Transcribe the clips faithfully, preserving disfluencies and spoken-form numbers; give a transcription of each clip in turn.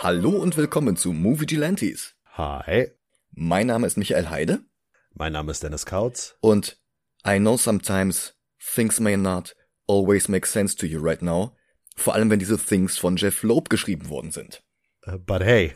Hallo und willkommen zu Movie Gelantes. Hi. Mein Name ist Michael Heide. Mein Name ist Dennis Kautz. Und I know sometimes things may not always make sense to you right now. Vor allem, wenn diese Things von Jeff Loeb geschrieben worden sind. Uh, but hey.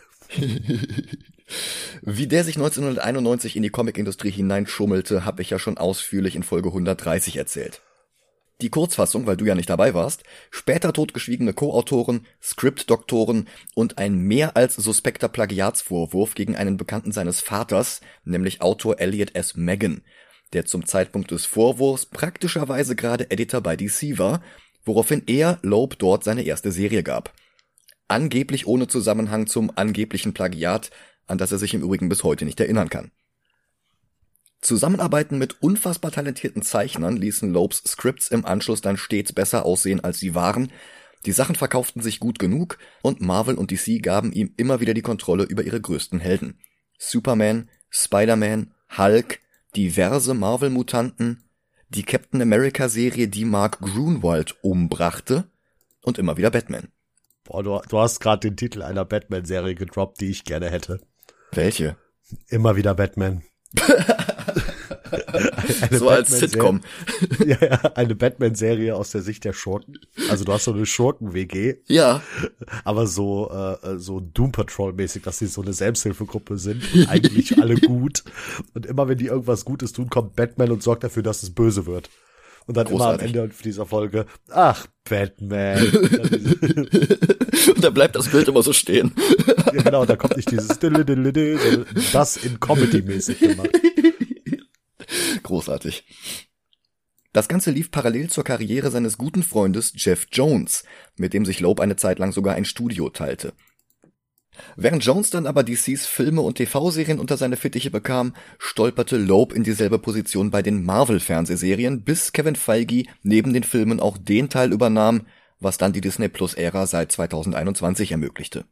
Wie der sich neunzehnhunderteinundneunzig in die Comicindustrie hineinschummelte, habe ich ja schon ausführlich in Folge hundertdreißig erzählt. Die Kurzfassung, weil du ja nicht dabei warst: später totgeschwiegene Co-Autoren, Script-Doktoren und ein mehr als suspekter Plagiatsvorwurf gegen einen Bekannten seines Vaters, nämlich Autor Elliot S. Maggin, der zum Zeitpunkt des Vorwurfs praktischerweise gerade Editor bei D C war, woraufhin er Loeb dort seine erste Serie gab. Angeblich ohne Zusammenhang zum angeblichen Plagiat, an das er sich im Übrigen bis heute nicht erinnern kann. Zusammenarbeiten mit unfassbar talentierten Zeichnern ließen Loebs Scripts im Anschluss dann stets besser aussehen, als sie waren. Die Sachen verkauften sich gut genug und Marvel und D C gaben ihm immer wieder die Kontrolle über ihre größten Helden. Superman, Spider-Man, Hulk, diverse Marvel-Mutanten, die Captain America-Serie, die Mark Gruenwald umbrachte, und immer wieder Batman. Boah, du, du hast gerade den Titel einer Batman-Serie gedroppt, die ich gerne hätte. Welche? Immer wieder Batman. Eine so als Sitcom. Ja, ja, eine Batman-Serie aus der Sicht der Schurken. Also du hast so eine Schurken-W G. Ja. Aber so äh, so Doom Patrol-mäßig, dass sie so eine Selbsthilfegruppe sind. Eigentlich alle gut. Und immer wenn die irgendwas Gutes tun, kommt Batman und sorgt dafür, dass es böse wird. Und dann Großartig. Immer am Ende dieser Folge, ach, Batman. Und da bleibt das Bild immer so stehen. Ja, genau, da kommt nicht dieses das in Comedy-mäßig gemacht. Großartig. Das Ganze lief parallel zur Karriere seines guten Freundes Jeff Jones, mit dem sich Loeb eine Zeit lang sogar ein Studio teilte. Während Jones dann aber D Cs Filme und T V-Serien unter seine Fittiche bekam, stolperte Loeb in dieselbe Position bei den Marvel-Fernsehserien, bis Kevin Feige neben den Filmen auch den Teil übernahm, was dann die Disney-Plus-Ära seit zweitausendeinundzwanzig ermöglichte.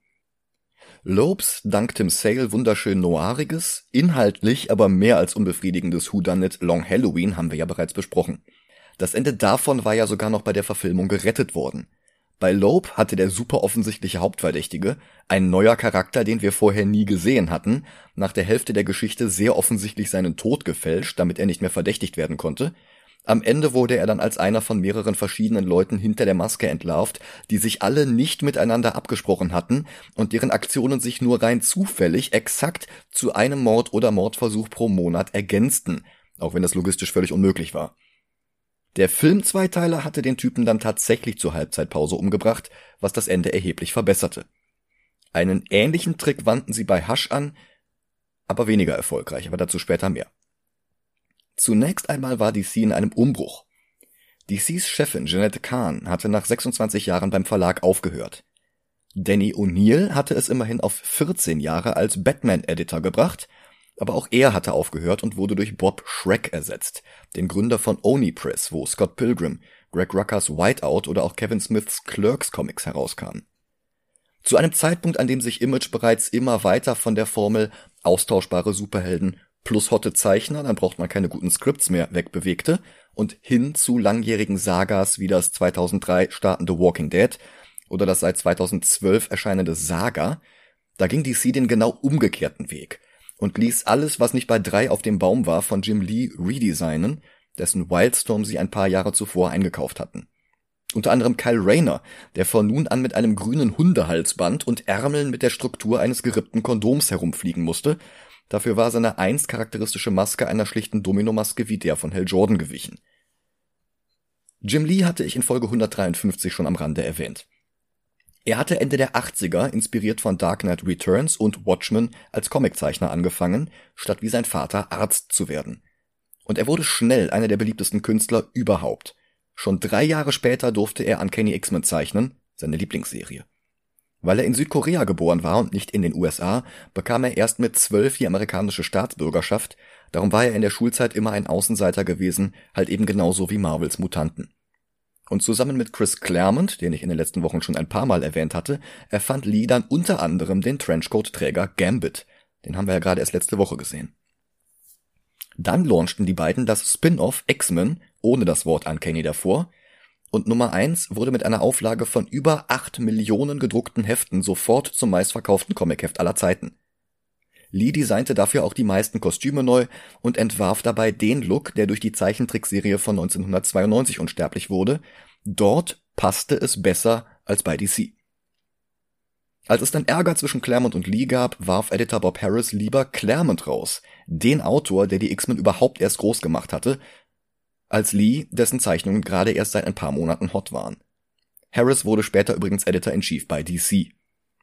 Loebs dank Tim Sale wunderschön noiriges, inhaltlich aber mehr als unbefriedigendes Whodunit Long Halloween haben wir ja bereits besprochen. Das Ende davon war ja sogar noch bei der Verfilmung gerettet worden. Bei Loeb hatte der super offensichtliche Hauptverdächtige, ein neuer Charakter, den wir vorher nie gesehen hatten, nach der Hälfte der Geschichte sehr offensichtlich seinen Tod gefälscht, damit er nicht mehr verdächtigt werden konnte. Am Ende wurde er dann als einer von mehreren verschiedenen Leuten hinter der Maske entlarvt, die sich alle nicht miteinander abgesprochen hatten und deren Aktionen sich nur rein zufällig exakt zu einem Mord oder Mordversuch pro Monat ergänzten, auch wenn das logistisch völlig unmöglich war. Der Film-Zweiteiler hatte den Typen dann tatsächlich zur Halbzeitpause umgebracht, was das Ende erheblich verbesserte. Einen ähnlichen Trick wandten sie bei Hush an, aber weniger erfolgreich, aber dazu später mehr. Zunächst einmal war D C in einem Umbruch. D Cs Chefin Jeanette Kahn hatte nach sechsundzwanzig Jahren beim Verlag aufgehört. Danny O'Neill hatte es immerhin auf vierzehn Jahre als Batman-Editor gebracht, aber auch er hatte aufgehört und wurde durch Bob Schreck ersetzt, den Gründer von Oni Press, wo Scott Pilgrim, Greg Ruckers Whiteout oder auch Kevin Smiths Clerks Comics herauskamen. Zu einem Zeitpunkt, an dem sich Image bereits immer weiter von der Formel austauschbare Superhelden plus hotte Zeichner, dann braucht man keine guten Scripts mehr, wegbewegte und hin zu langjährigen Sagas wie das zweitausenddrei startende Walking Dead oder das seit zweitausendzwölf erscheinende Saga, da ging D C den genau umgekehrten Weg und ließ alles, was nicht bei drei auf dem Baum war, von Jim Lee redesignen, dessen Wildstorm sie ein paar Jahre zuvor eingekauft hatten. Unter anderem Kyle Rayner, der von nun an mit einem grünen Hundehalsband und Ärmeln mit der Struktur eines gerippten Kondoms herumfliegen musste. Dafür war seine einst charakteristische Maske einer schlichten Dominomaske wie der von Hal Jordan gewichen. Jim Lee hatte ich in Folge hundertdreiundfünfzig schon am Rande erwähnt. Er hatte Ende der achtziger, inspiriert von Dark Knight Returns und Watchmen, als Comiczeichner angefangen, statt wie sein Vater Arzt zu werden. Und er wurde schnell einer der beliebtesten Künstler überhaupt. Schon drei Jahre später durfte er Uncanny X-Men zeichnen, seine Lieblingsserie. Weil er in Südkorea geboren war und nicht in den U S A, bekam er erst mit zwölf die amerikanische Staatsbürgerschaft, darum war er in der Schulzeit immer ein Außenseiter gewesen, halt eben genauso wie Marvels Mutanten. Und zusammen mit Chris Claremont, den ich in den letzten Wochen schon ein paar Mal erwähnt hatte, erfand Lee dann unter anderem den Trenchcoat-Träger Gambit. Den haben wir ja gerade erst letzte Woche gesehen. Dann launchten die beiden das Spin-off X-Men, ohne das Wort Uncanny davor, und Nummer eins wurde mit einer Auflage von über acht Millionen gedruckten Heften sofort zum meistverkauften Comicheft aller Zeiten. Lee designte dafür auch die meisten Kostüme neu und entwarf dabei den Look, der durch die Zeichentrickserie von neunzehnhundertzweiundneunzig unsterblich wurde. Dort passte es besser als bei D C. Als es dann Ärger zwischen Claremont und Lee gab, warf Editor Bob Harras lieber Claremont raus, den Autor, der die X-Men überhaupt erst groß gemacht hatte, als Lee, dessen Zeichnungen gerade erst seit ein paar Monaten hot waren. Harras wurde später übrigens Editor-in-Chief bei D C.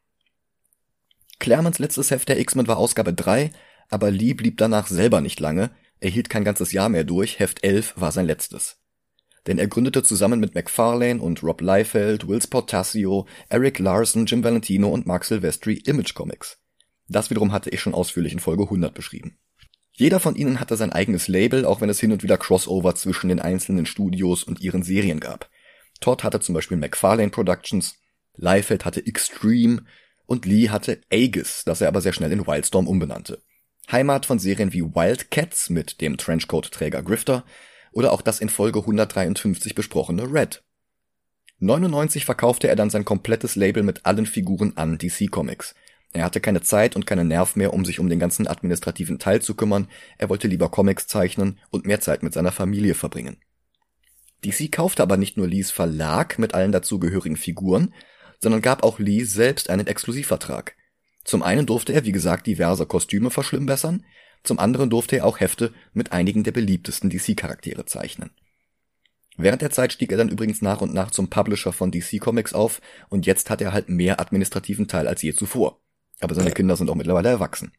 Claremonts letztes Heft der X-Men war Ausgabe drei, aber Lee blieb danach selber nicht lange, er hielt kein ganzes Jahr mehr durch, Heft elf war sein letztes. Denn er gründete zusammen mit McFarlane und Rob Liefeld, Will Portacio, Eric Larson, Jim Valentino und Mark Silvestri Image Comics. Das wiederum hatte ich schon ausführlich in Folge hundert beschrieben. Jeder von ihnen hatte sein eigenes Label, auch wenn es hin und wieder Crossover zwischen den einzelnen Studios und ihren Serien gab. Todd hatte zum Beispiel McFarlane Productions, Liefeld hatte Extreme und Lee hatte Aegis, das er aber sehr schnell in Wildstorm umbenannte. Heimat von Serien wie Wildcats mit dem Trenchcoat-Träger Grifter oder auch das in Folge hundertdreiundfünfzig besprochene Red. neunundneunzig verkaufte er dann sein komplettes Label mit allen Figuren an D C Comics. Er hatte keine Zeit und keinen Nerv mehr, um sich um den ganzen administrativen Teil zu kümmern, er wollte lieber Comics zeichnen und mehr Zeit mit seiner Familie verbringen. D C kaufte aber nicht nur Lees Verlag mit allen dazugehörigen Figuren, sondern gab auch Lee selbst einen Exklusivvertrag. Zum einen durfte er, wie gesagt, diverse Kostüme verschlimmbessern, zum anderen durfte er auch Hefte mit einigen der beliebtesten D C-Charaktere zeichnen. Während der Zeit stieg er dann übrigens nach und nach zum Publisher von D C Comics auf und jetzt hat er halt mehr administrativen Teil als je zuvor. Aber seine Kinder sind auch mittlerweile erwachsen.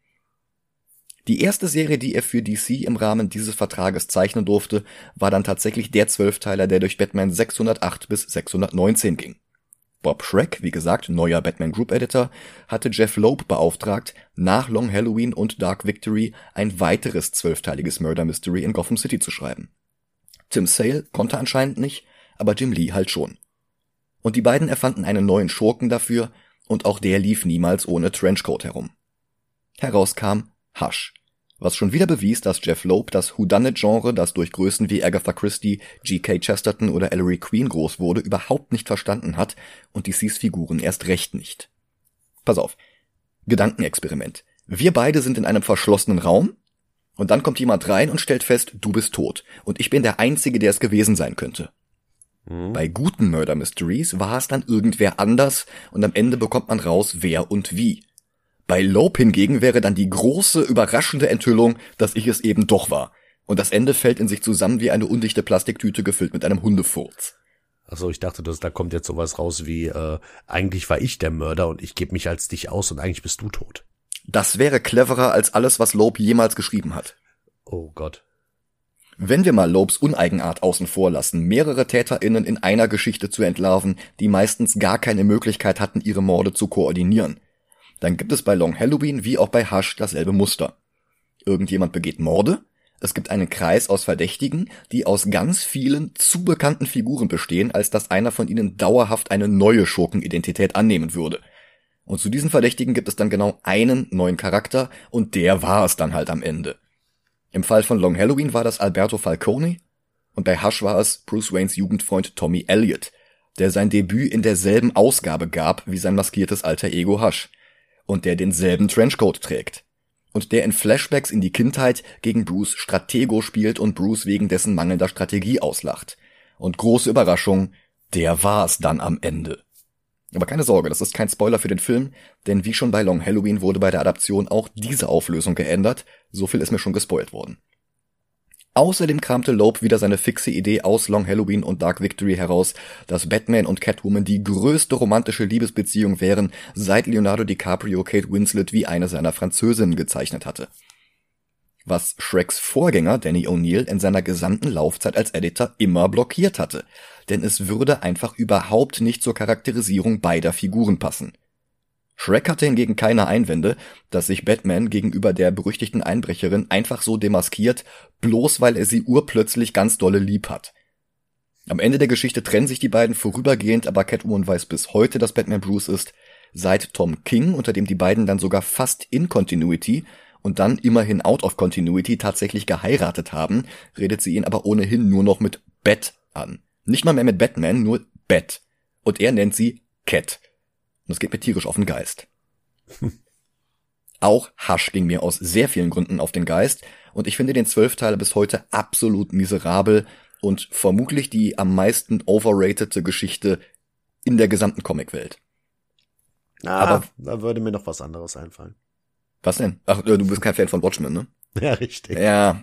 Die erste Serie, die er für D C im Rahmen dieses Vertrages zeichnen durfte, war dann tatsächlich der Zwölfteiler, der durch Batman sechshundertacht bis sechshundertneunzehn ging. Bob Schreck, wie gesagt, neuer Batman Group Editor, hatte Jeff Loeb beauftragt, nach Long Halloween und Dark Victory ein weiteres zwölfteiliges Murder Mystery in Gotham City zu schreiben. Tim Sale konnte anscheinend nicht, aber Jim Lee halt schon. Und die beiden erfanden einen neuen Schurken dafür, und auch der lief niemals ohne Trenchcoat herum. Herauskam Hush, was schon wieder bewies, dass Jeff Loeb das Whodunit-Genre, das durch Größen wie Agatha Christie, G K Chesterton oder Ellery Queen groß wurde, überhaupt nicht verstanden hat und D Cs Figuren erst recht nicht. Pass auf, Gedankenexperiment. Wir beide sind in einem verschlossenen Raum und dann kommt jemand rein und stellt fest, du bist tot und ich bin der Einzige, der es gewesen sein könnte. Mhm. Bei guten Murder Mysteries war es dann irgendwer anders und am Ende bekommt man raus, wer und wie. Bei Loeb hingegen wäre dann die große, überraschende Enthüllung, dass ich es eben doch war. Und das Ende fällt in sich zusammen wie eine undichte Plastiktüte gefüllt mit einem Hundefurz. Achso, ich dachte, dass da kommt jetzt sowas raus wie, äh, eigentlich war ich der Mörder und ich gebe mich als dich aus und eigentlich bist du tot. Das wäre cleverer als alles, was Loeb jemals geschrieben hat. Oh Gott. Wenn wir mal Loebs Uneigenart außen vor lassen, mehrere TäterInnen in einer Geschichte zu entlarven, die meistens gar keine Möglichkeit hatten, ihre Morde zu koordinieren, dann gibt es bei Long Halloween wie auch bei Hush dasselbe Muster. Irgendjemand begeht Morde, es gibt einen Kreis aus Verdächtigen, die aus ganz vielen zu bekannten Figuren bestehen, als dass einer von ihnen dauerhaft eine neue Schurkenidentität annehmen würde. Und zu diesen Verdächtigen gibt es dann genau einen neuen Charakter und der war es dann halt am Ende. Im Fall von Long Halloween war das Alberto Falcone und bei Hush war es Bruce Waynes Jugendfreund Tommy Elliot, der sein Debüt in derselben Ausgabe gab wie sein maskiertes alter Ego Hush. Und der denselben Trenchcoat trägt. Und der in Flashbacks in die Kindheit gegen Bruce Stratego spielt und Bruce wegen dessen mangelnder Strategie auslacht. Und große Überraschung, der war es dann am Ende. Aber keine Sorge, das ist kein Spoiler für den Film, denn wie schon bei Long Halloween wurde bei der Adaption auch diese Auflösung geändert, so viel ist mir schon gespoilt worden. Außerdem kramte Loeb wieder seine fixe Idee aus Long Halloween und Dark Victory heraus, dass Batman und Catwoman die größte romantische Liebesbeziehung wären, seit Leonardo DiCaprio Kate Winslet wie eine seiner Französinnen gezeichnet hatte. Was Schrecks Vorgänger Danny O'Neill in seiner gesamten Laufzeit als Editor immer blockiert hatte, denn es würde einfach überhaupt nicht zur Charakterisierung beider Figuren passen. Schreck hatte hingegen keine Einwände, dass sich Batman gegenüber der berüchtigten Einbrecherin einfach so demaskiert, bloß weil er sie urplötzlich ganz dolle lieb hat. Am Ende der Geschichte trennen sich die beiden vorübergehend, aber Catwoman weiß bis heute, dass Batman Bruce ist. Seit Tom King, unter dem die beiden dann sogar fast in Continuity und dann immerhin out of Continuity tatsächlich geheiratet haben, redet sie ihn aber ohnehin nur noch mit Bat an. Nicht mal mehr mit Batman, nur Bat. Und er nennt sie Cat. Und es geht mir tierisch auf den Geist. Auch Hush ging mir aus sehr vielen Gründen auf den Geist und ich finde den Zwölfteiler bis heute absolut miserabel und vermutlich die am meisten overratede Geschichte in der gesamten Comicwelt. Ah, aber da würde mir noch was anderes einfallen. Was denn? Ach, du bist kein Fan von Watchmen, ne? Ja, richtig. Ja.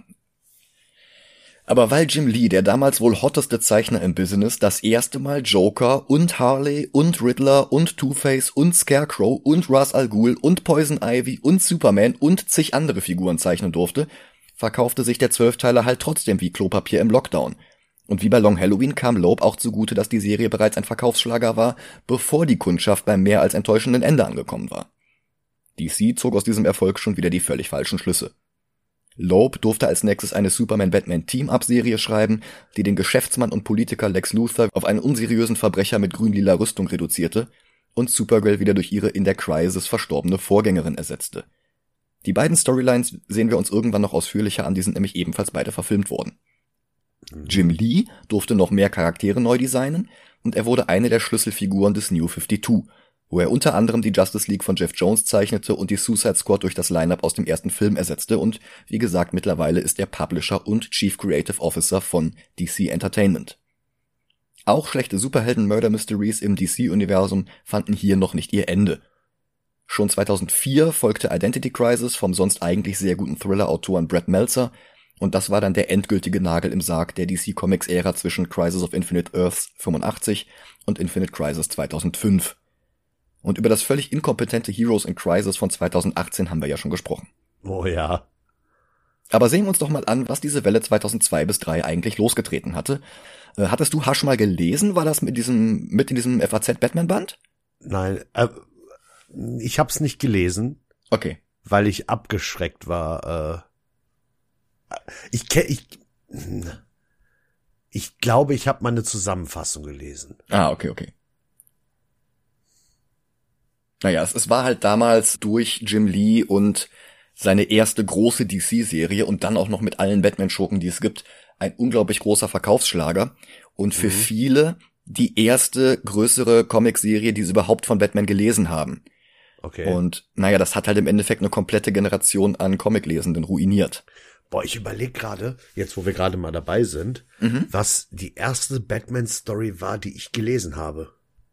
Aber weil Jim Lee, der damals wohl hotteste Zeichner im Business, das erste Mal Joker und Harley und Riddler und Two-Face und Scarecrow und Ra's al Ghul und Poison Ivy und Superman und zig andere Figuren zeichnen durfte, verkaufte sich der Zwölfteiler halt trotzdem wie Klopapier im Lockdown. Und wie bei Long Halloween kam Loeb auch zugute, dass die Serie bereits ein Verkaufsschlager war, bevor die Kundschaft beim mehr als enttäuschenden Ende angekommen war. D C zog aus diesem Erfolg schon wieder die völlig falschen Schlüsse. Loeb durfte als nächstes eine Superman-Batman-Team-Up-Serie schreiben, die den Geschäftsmann und Politiker Lex Luthor auf einen unseriösen Verbrecher mit grün-lila Rüstung reduzierte und Supergirl wieder durch ihre in der Crisis verstorbene Vorgängerin ersetzte. Die beiden Storylines sehen wir uns irgendwann noch ausführlicher an, die sind nämlich ebenfalls beide verfilmt worden. Jim Lee durfte noch mehr Charaktere neu designen und er wurde eine der Schlüsselfiguren des New fifty-two, wo er unter anderem die Justice League von Jeff Jones zeichnete und die Suicide Squad durch das Line-Up aus dem ersten Film ersetzte und, wie gesagt, mittlerweile ist er Publisher und Chief Creative Officer von D C Entertainment. Auch schlechte Superhelden-Murder-Mysteries im D C-Universum fanden hier noch nicht ihr Ende. Schon zweitausendvier folgte Identity Crisis vom sonst eigentlich sehr guten Thriller-Autoren Brad Meltzer und das war dann der endgültige Nagel im Sarg der D C Comics-Ära zwischen Crisis of Infinite Earths fünfundachtzig und Infinite Crisis zweitausendfünf. Und über das völlig inkompetente Heroes in Crisis von zweitausendachtzehn haben wir ja schon gesprochen. Oh ja. Aber sehen wir uns doch mal an, was diese Welle zweitausendzwei bis drei eigentlich losgetreten hatte. Äh, hattest du Hush mal gelesen? War das mit diesem mit in diesem F A Z-Batman-Band? Nein, äh, ich hab's nicht gelesen. Okay. Weil ich abgeschreckt war. Äh, ich kenn, ich, ich glaube, ich habe mal eine Zusammenfassung gelesen. Ah, okay, okay. Naja, es, es war halt damals durch Jim Lee und seine erste große D C-Serie und dann auch noch mit allen Batman-Schurken, die es gibt, ein unglaublich großer Verkaufsschlager und für mhm. viele die erste größere Comicserie, die sie überhaupt von Batman gelesen haben. Okay. Und naja, das hat halt im Endeffekt eine komplette Generation an Comiclesenden ruiniert. Boah, ich überlege gerade, jetzt wo wir gerade mal dabei sind, mhm. was die erste Batman-Story war, die ich gelesen habe.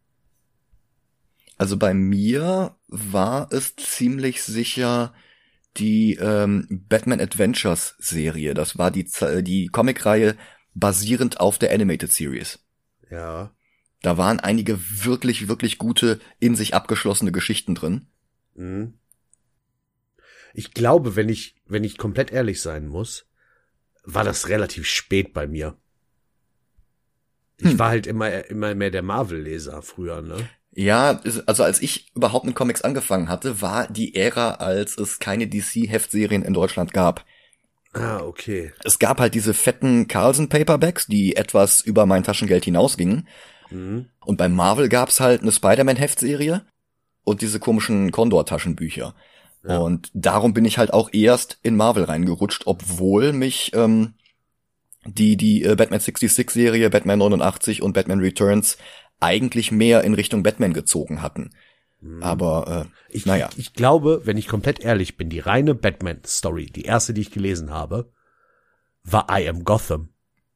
Also bei mir war es ziemlich sicher die ähm, Batman Adventures Serie. Das war die die Comicreihe basierend auf der Animated Series. Ja. Da waren einige wirklich, wirklich gute, in sich abgeschlossene Geschichten drin. Mhm. Ich glaube, wenn ich, wenn ich komplett ehrlich sein muss, war das relativ spät bei mir. Ich hm. war halt immer, immer mehr der Marvel-Leser früher, ne? Ja, also als ich überhaupt mit Comics angefangen hatte, war die Ära, als es keine D C-Heftserien in Deutschland gab. Ah, okay. Es gab halt diese fetten Carlsen-Paperbacks, die etwas über mein Taschengeld hinausgingen. Mhm. Und bei Marvel gab's halt eine Spider-Man-Heftserie und diese komischen Condor-Taschenbücher. Ja. Und darum bin ich halt auch erst in Marvel reingerutscht, obwohl mich ähm, die die äh, Batman sechsundsechzig-Serie, Batman neunundachtzig und Batman Returns eigentlich mehr in Richtung Batman gezogen hatten. Mhm. Aber, äh, ich, naja. Ich glaube, wenn ich komplett ehrlich bin, die reine Batman-Story, die erste, die ich gelesen habe, war I Am Gotham.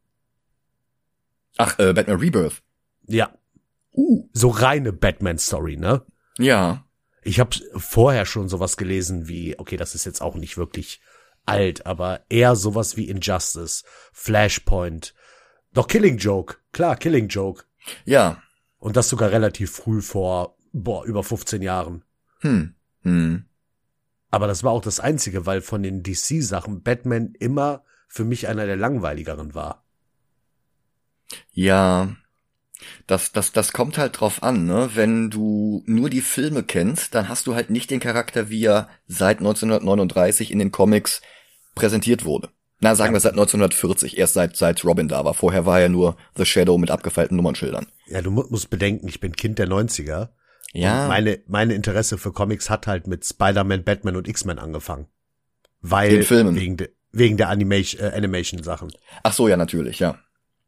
Ach, äh, Batman Rebirth. Ja. Uh. So reine Batman-Story, ne? Ja. Ich habe vorher schon sowas gelesen wie, okay, das ist jetzt auch nicht wirklich alt, aber eher sowas wie Injustice, Flashpoint, doch Killing Joke, klar, Killing Joke. Ja. Und das sogar relativ früh vor, boah, über fünfzehn Jahren. Hm. Hm. Aber das war auch das Einzige, weil von den D C-Sachen Batman immer für mich einer der langweiligeren war. Ja. Das, das, das kommt halt drauf an, ne? Wenn du nur die Filme kennst, dann hast du halt nicht den Charakter, wie er seit neunzehnhundertneununddreißig in den Comics präsentiert wurde. Na, sagen ja. wir seit neunzehnhundertvierzig, erst seit, seit Robin da war. Vorher war er nur The Shadow mit abgefeilten Nummernschildern. Ja, du musst bedenken, ich bin Kind der neunziger. Ja. Und meine, meine Interesse für Comics hat halt mit Spider-Man, Batman und X-Men angefangen. Weil, den Filmen. wegen, de, wegen der Animation, äh, Animation-Sachen. Ach so, ja, natürlich, ja.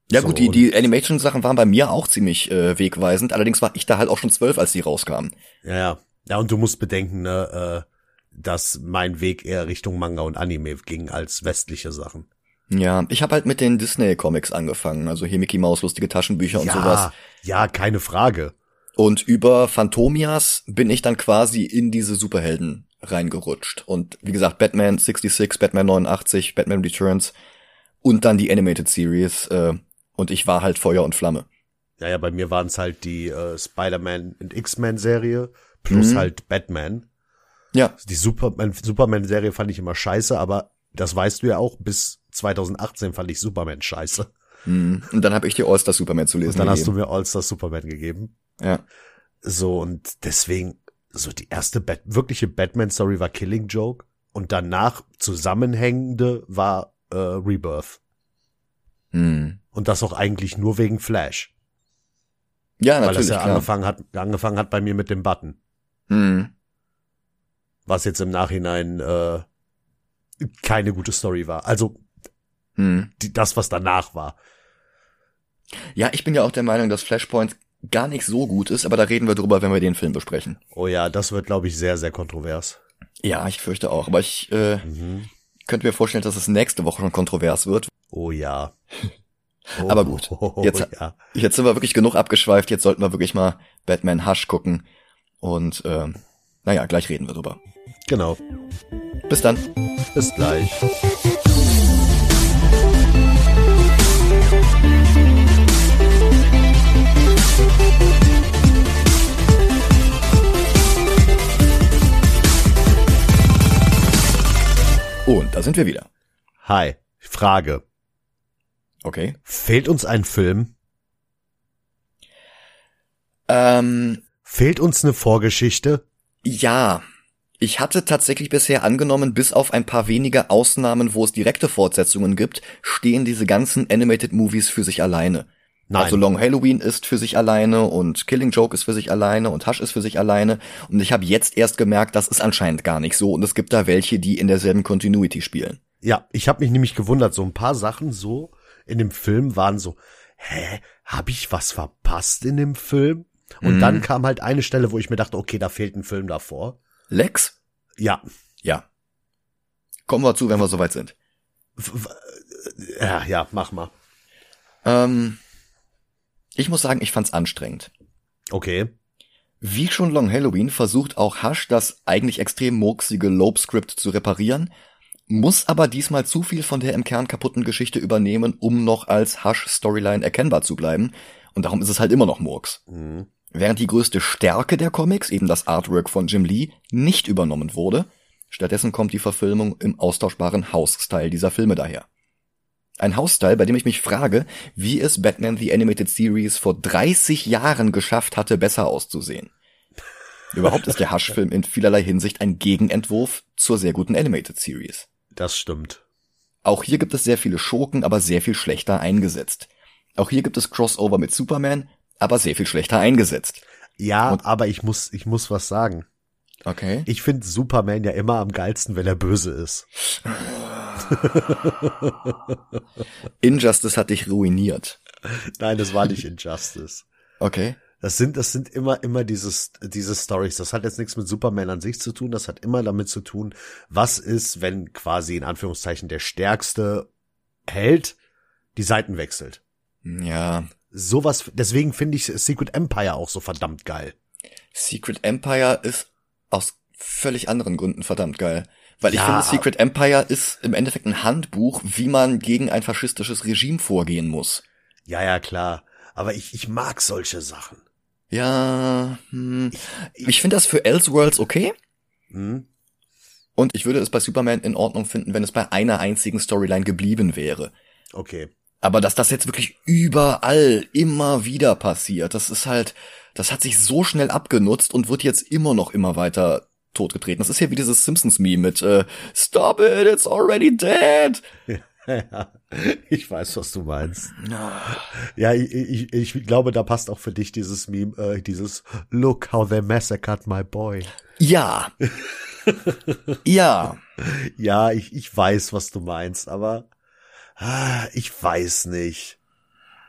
Ja So, gut, die, und- die Animation-Sachen waren bei mir auch ziemlich äh, wegweisend. Allerdings war ich da halt auch schon zwölf, als die rauskamen. Ja, ja. Ja, und du musst bedenken, ne, äh, dass mein Weg eher Richtung Manga und Anime ging als westliche Sachen. Ja, ich habe halt mit den Disney-Comics angefangen. Also hier Mickey Mouse, lustige Taschenbücher und ja, sowas. ja, keine Frage. Und über Phantomias bin ich dann quasi in diese Superhelden reingerutscht. Und wie gesagt, Batman sechsundsechzig, Batman neunundachtzig, Batman Returns und dann die Animated Series. Äh, und ich war halt Feuer und Flamme. Ja, ja, bei mir waren es halt die äh, Spider-Man und X-Men-Serie plus Mhm. halt Batman. Ja, Die Superman, Superman-Serie fand ich immer scheiße, aber das weißt du ja auch, bis zweitausendachtzehn fand ich Superman scheiße. mhm. Und dann habe ich dir All-Star Superman zu lesen Und dann hast du gegeben. mir All-Star Superman gegeben. Ja. So, und deswegen, so die erste Bat wirkliche Batman-Story war Killing Joke und danach zusammenhängende war äh, Rebirth. Mhm. Und das auch eigentlich nur wegen Flash. Ja, Weil natürlich, das ja klar. angefangen hat, angefangen hat bei mir mit dem Button. Mhm. Was jetzt im Nachhinein äh, keine gute Story war. Also Mhm. die, das, was danach war. Ja, ich bin ja auch der Meinung, dass Flashpoint gar nicht so gut ist, aber da reden wir drüber, wenn wir den Film besprechen. Oh ja, das wird, glaube ich, sehr, sehr kontrovers. Ja, ich fürchte auch. Aber ich äh, Mhm. könnte mir vorstellen, dass es nächste Woche schon kontrovers wird. Oh ja. Oh, Aber gut, oh, jetzt- ja. Jetzt sind wir wirklich genug abgeschweift. Jetzt sollten wir wirklich mal Batman Hush gucken. Und äh, naja, gleich reden wir drüber. Genau. Bis dann. Bis gleich. Und da sind wir wieder. Hi. Frage. Okay. Fehlt uns ein Film? Ähm, Fehlt uns eine Vorgeschichte? ja. Ich hatte tatsächlich bisher angenommen, bis auf ein paar wenige Ausnahmen, wo es direkte Fortsetzungen gibt, stehen diese ganzen Animated Movies für sich alleine. Nein. Also Long Halloween ist für sich alleine und Killing Joke ist für sich alleine und Hush ist für sich alleine. Und ich habe jetzt erst gemerkt, das ist anscheinend gar nicht so. Und es gibt da welche, die in derselben Continuity spielen. Ja, ich habe mich nämlich gewundert, so ein paar Sachen so in dem Film waren so, hä, habe ich was verpasst in dem Film? Und Mhm. dann kam halt eine Stelle, wo ich mir dachte, okay, da fehlt ein Film davor. Lex? Ja, Ja. Kommen wir zu, wenn wir soweit sind. W- w- ja, ja, mach mal. Ähm, ich muss sagen, ich fand's anstrengend. Okay. Wie schon Long Halloween versucht auch Hush das eigentlich extrem murksige Loeb-Skript zu reparieren, muss aber diesmal zu viel von der im Kern kaputten Geschichte übernehmen, um noch als Hush-Storyline erkennbar zu bleiben. Und darum ist es halt immer noch Murks. Mhm. Während die größte Stärke der Comics, eben das Artwork von Jim Lee, nicht übernommen wurde, stattdessen kommt die Verfilmung im austauschbaren House-Style dieser Filme daher. Ein House-Style, bei dem ich mich frage, wie es Batman The Animated Series vor dreißig Jahren geschafft hatte, besser auszusehen. Überhaupt ist der Hush-Film in vielerlei Hinsicht ein Gegenentwurf zur sehr guten Animated Series. Das stimmt. Auch hier gibt es sehr viele Schurken, aber sehr viel schlechter eingesetzt. Auch hier gibt es Crossover mit Superman, aber sehr viel schlechter eingesetzt. Ja, Und- aber ich muss, ich muss was sagen. Okay. Ich finde Superman ja immer am geilsten, wenn er böse ist. Injustice hat dich ruiniert. Nein, das war nicht Injustice. Okay. Das sind, das sind immer, immer dieses, diese Stories. Das hat jetzt nichts mit Superman an sich zu tun. Das hat immer damit zu tun, was ist, wenn quasi in Anführungszeichen der stärkste Held die Seiten wechselt. Ja. Sowas, deswegen finde ich Secret Empire auch so verdammt geil. Secret Empire ist aus völlig anderen Gründen verdammt geil. Weil ich Ja. finde, Secret Empire ist im Endeffekt ein Handbuch, wie man gegen ein faschistisches Regime vorgehen muss. Ja, ja, klar. Aber ich, ich mag solche Sachen. Ja, hm. Ich finde das für Elseworlds okay. Hm? Und ich würde es bei Superman in Ordnung finden, wenn es bei einer einzigen Storyline geblieben wäre. Okay. Aber dass das jetzt wirklich überall immer wieder passiert, das ist halt, das hat sich so schnell abgenutzt und wird jetzt immer noch immer weiter totgetreten. Das ist ja wie dieses Simpsons-Meme mit äh, Stop it, it's already dead. Ja, ich weiß, was du meinst. Ja, ich, ich, ich glaube, da passt auch für dich dieses Meme, äh, dieses Look how they massacred my boy. Ja. Ja. Ja, ich, ich weiß, was du meinst, aber ah, ich weiß nicht.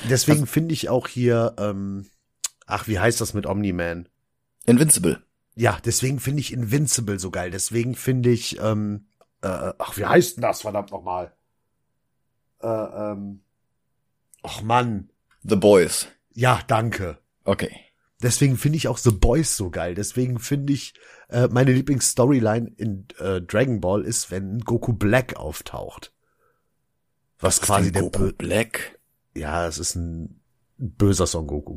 Deswegen also, finde ich auch hier, ähm, ach, wie heißt das mit Omni-Man? Invincible. Ja, deswegen finde ich Invincible so geil. Deswegen finde ich, ähm, äh, ach, wie heißt denn das, verdammt nochmal? Äh, ähm, ach Mann. The Boys. Ja, danke. Okay. Deswegen finde ich auch The Boys so geil. Deswegen finde ich, äh, meine Lieblingsstoryline in äh, Dragon Ball ist, wenn Goku Black auftaucht. Was, Was quasi der Goku Black? Ja, es ist ein böser Son Goku.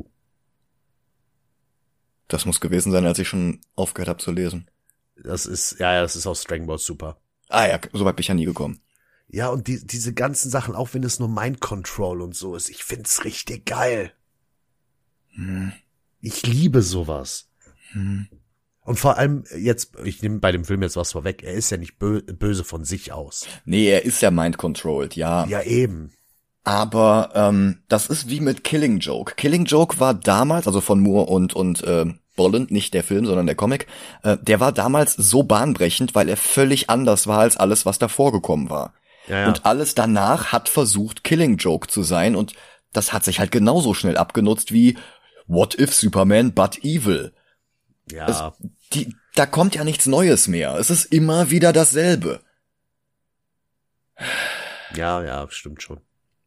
Das muss gewesen sein, als ich schon aufgehört habe zu lesen. Das ist, ja, ja, das ist aus Dragon Ball Super. Ah ja, so weit bin ich ja nie gekommen. Ja, und die, diese ganzen Sachen, auch wenn es nur Mind Control und so ist, ich find's richtig geil. Hm. Ich liebe sowas. Hm. Und vor allem jetzt, ich nehme bei dem Film jetzt was vorweg, er ist ja nicht bö- böse von sich aus. Nee, er ist ja mind-controlled, ja. Ja, eben. Aber ähm, das ist wie mit Killing Joke. Killing Joke war damals, also von Moore und und äh, Bolland, nicht der Film, sondern der Comic, äh, der war damals so bahnbrechend, weil er völlig anders war als alles, was davor gekommen war. Ja, ja. Und alles danach hat versucht, Killing Joke zu sein, und das hat sich halt genauso schnell abgenutzt wie What if Superman but evil? Ja. Es, die, da kommt ja nichts Neues mehr. Es ist immer wieder dasselbe. Ja, ja, stimmt schon.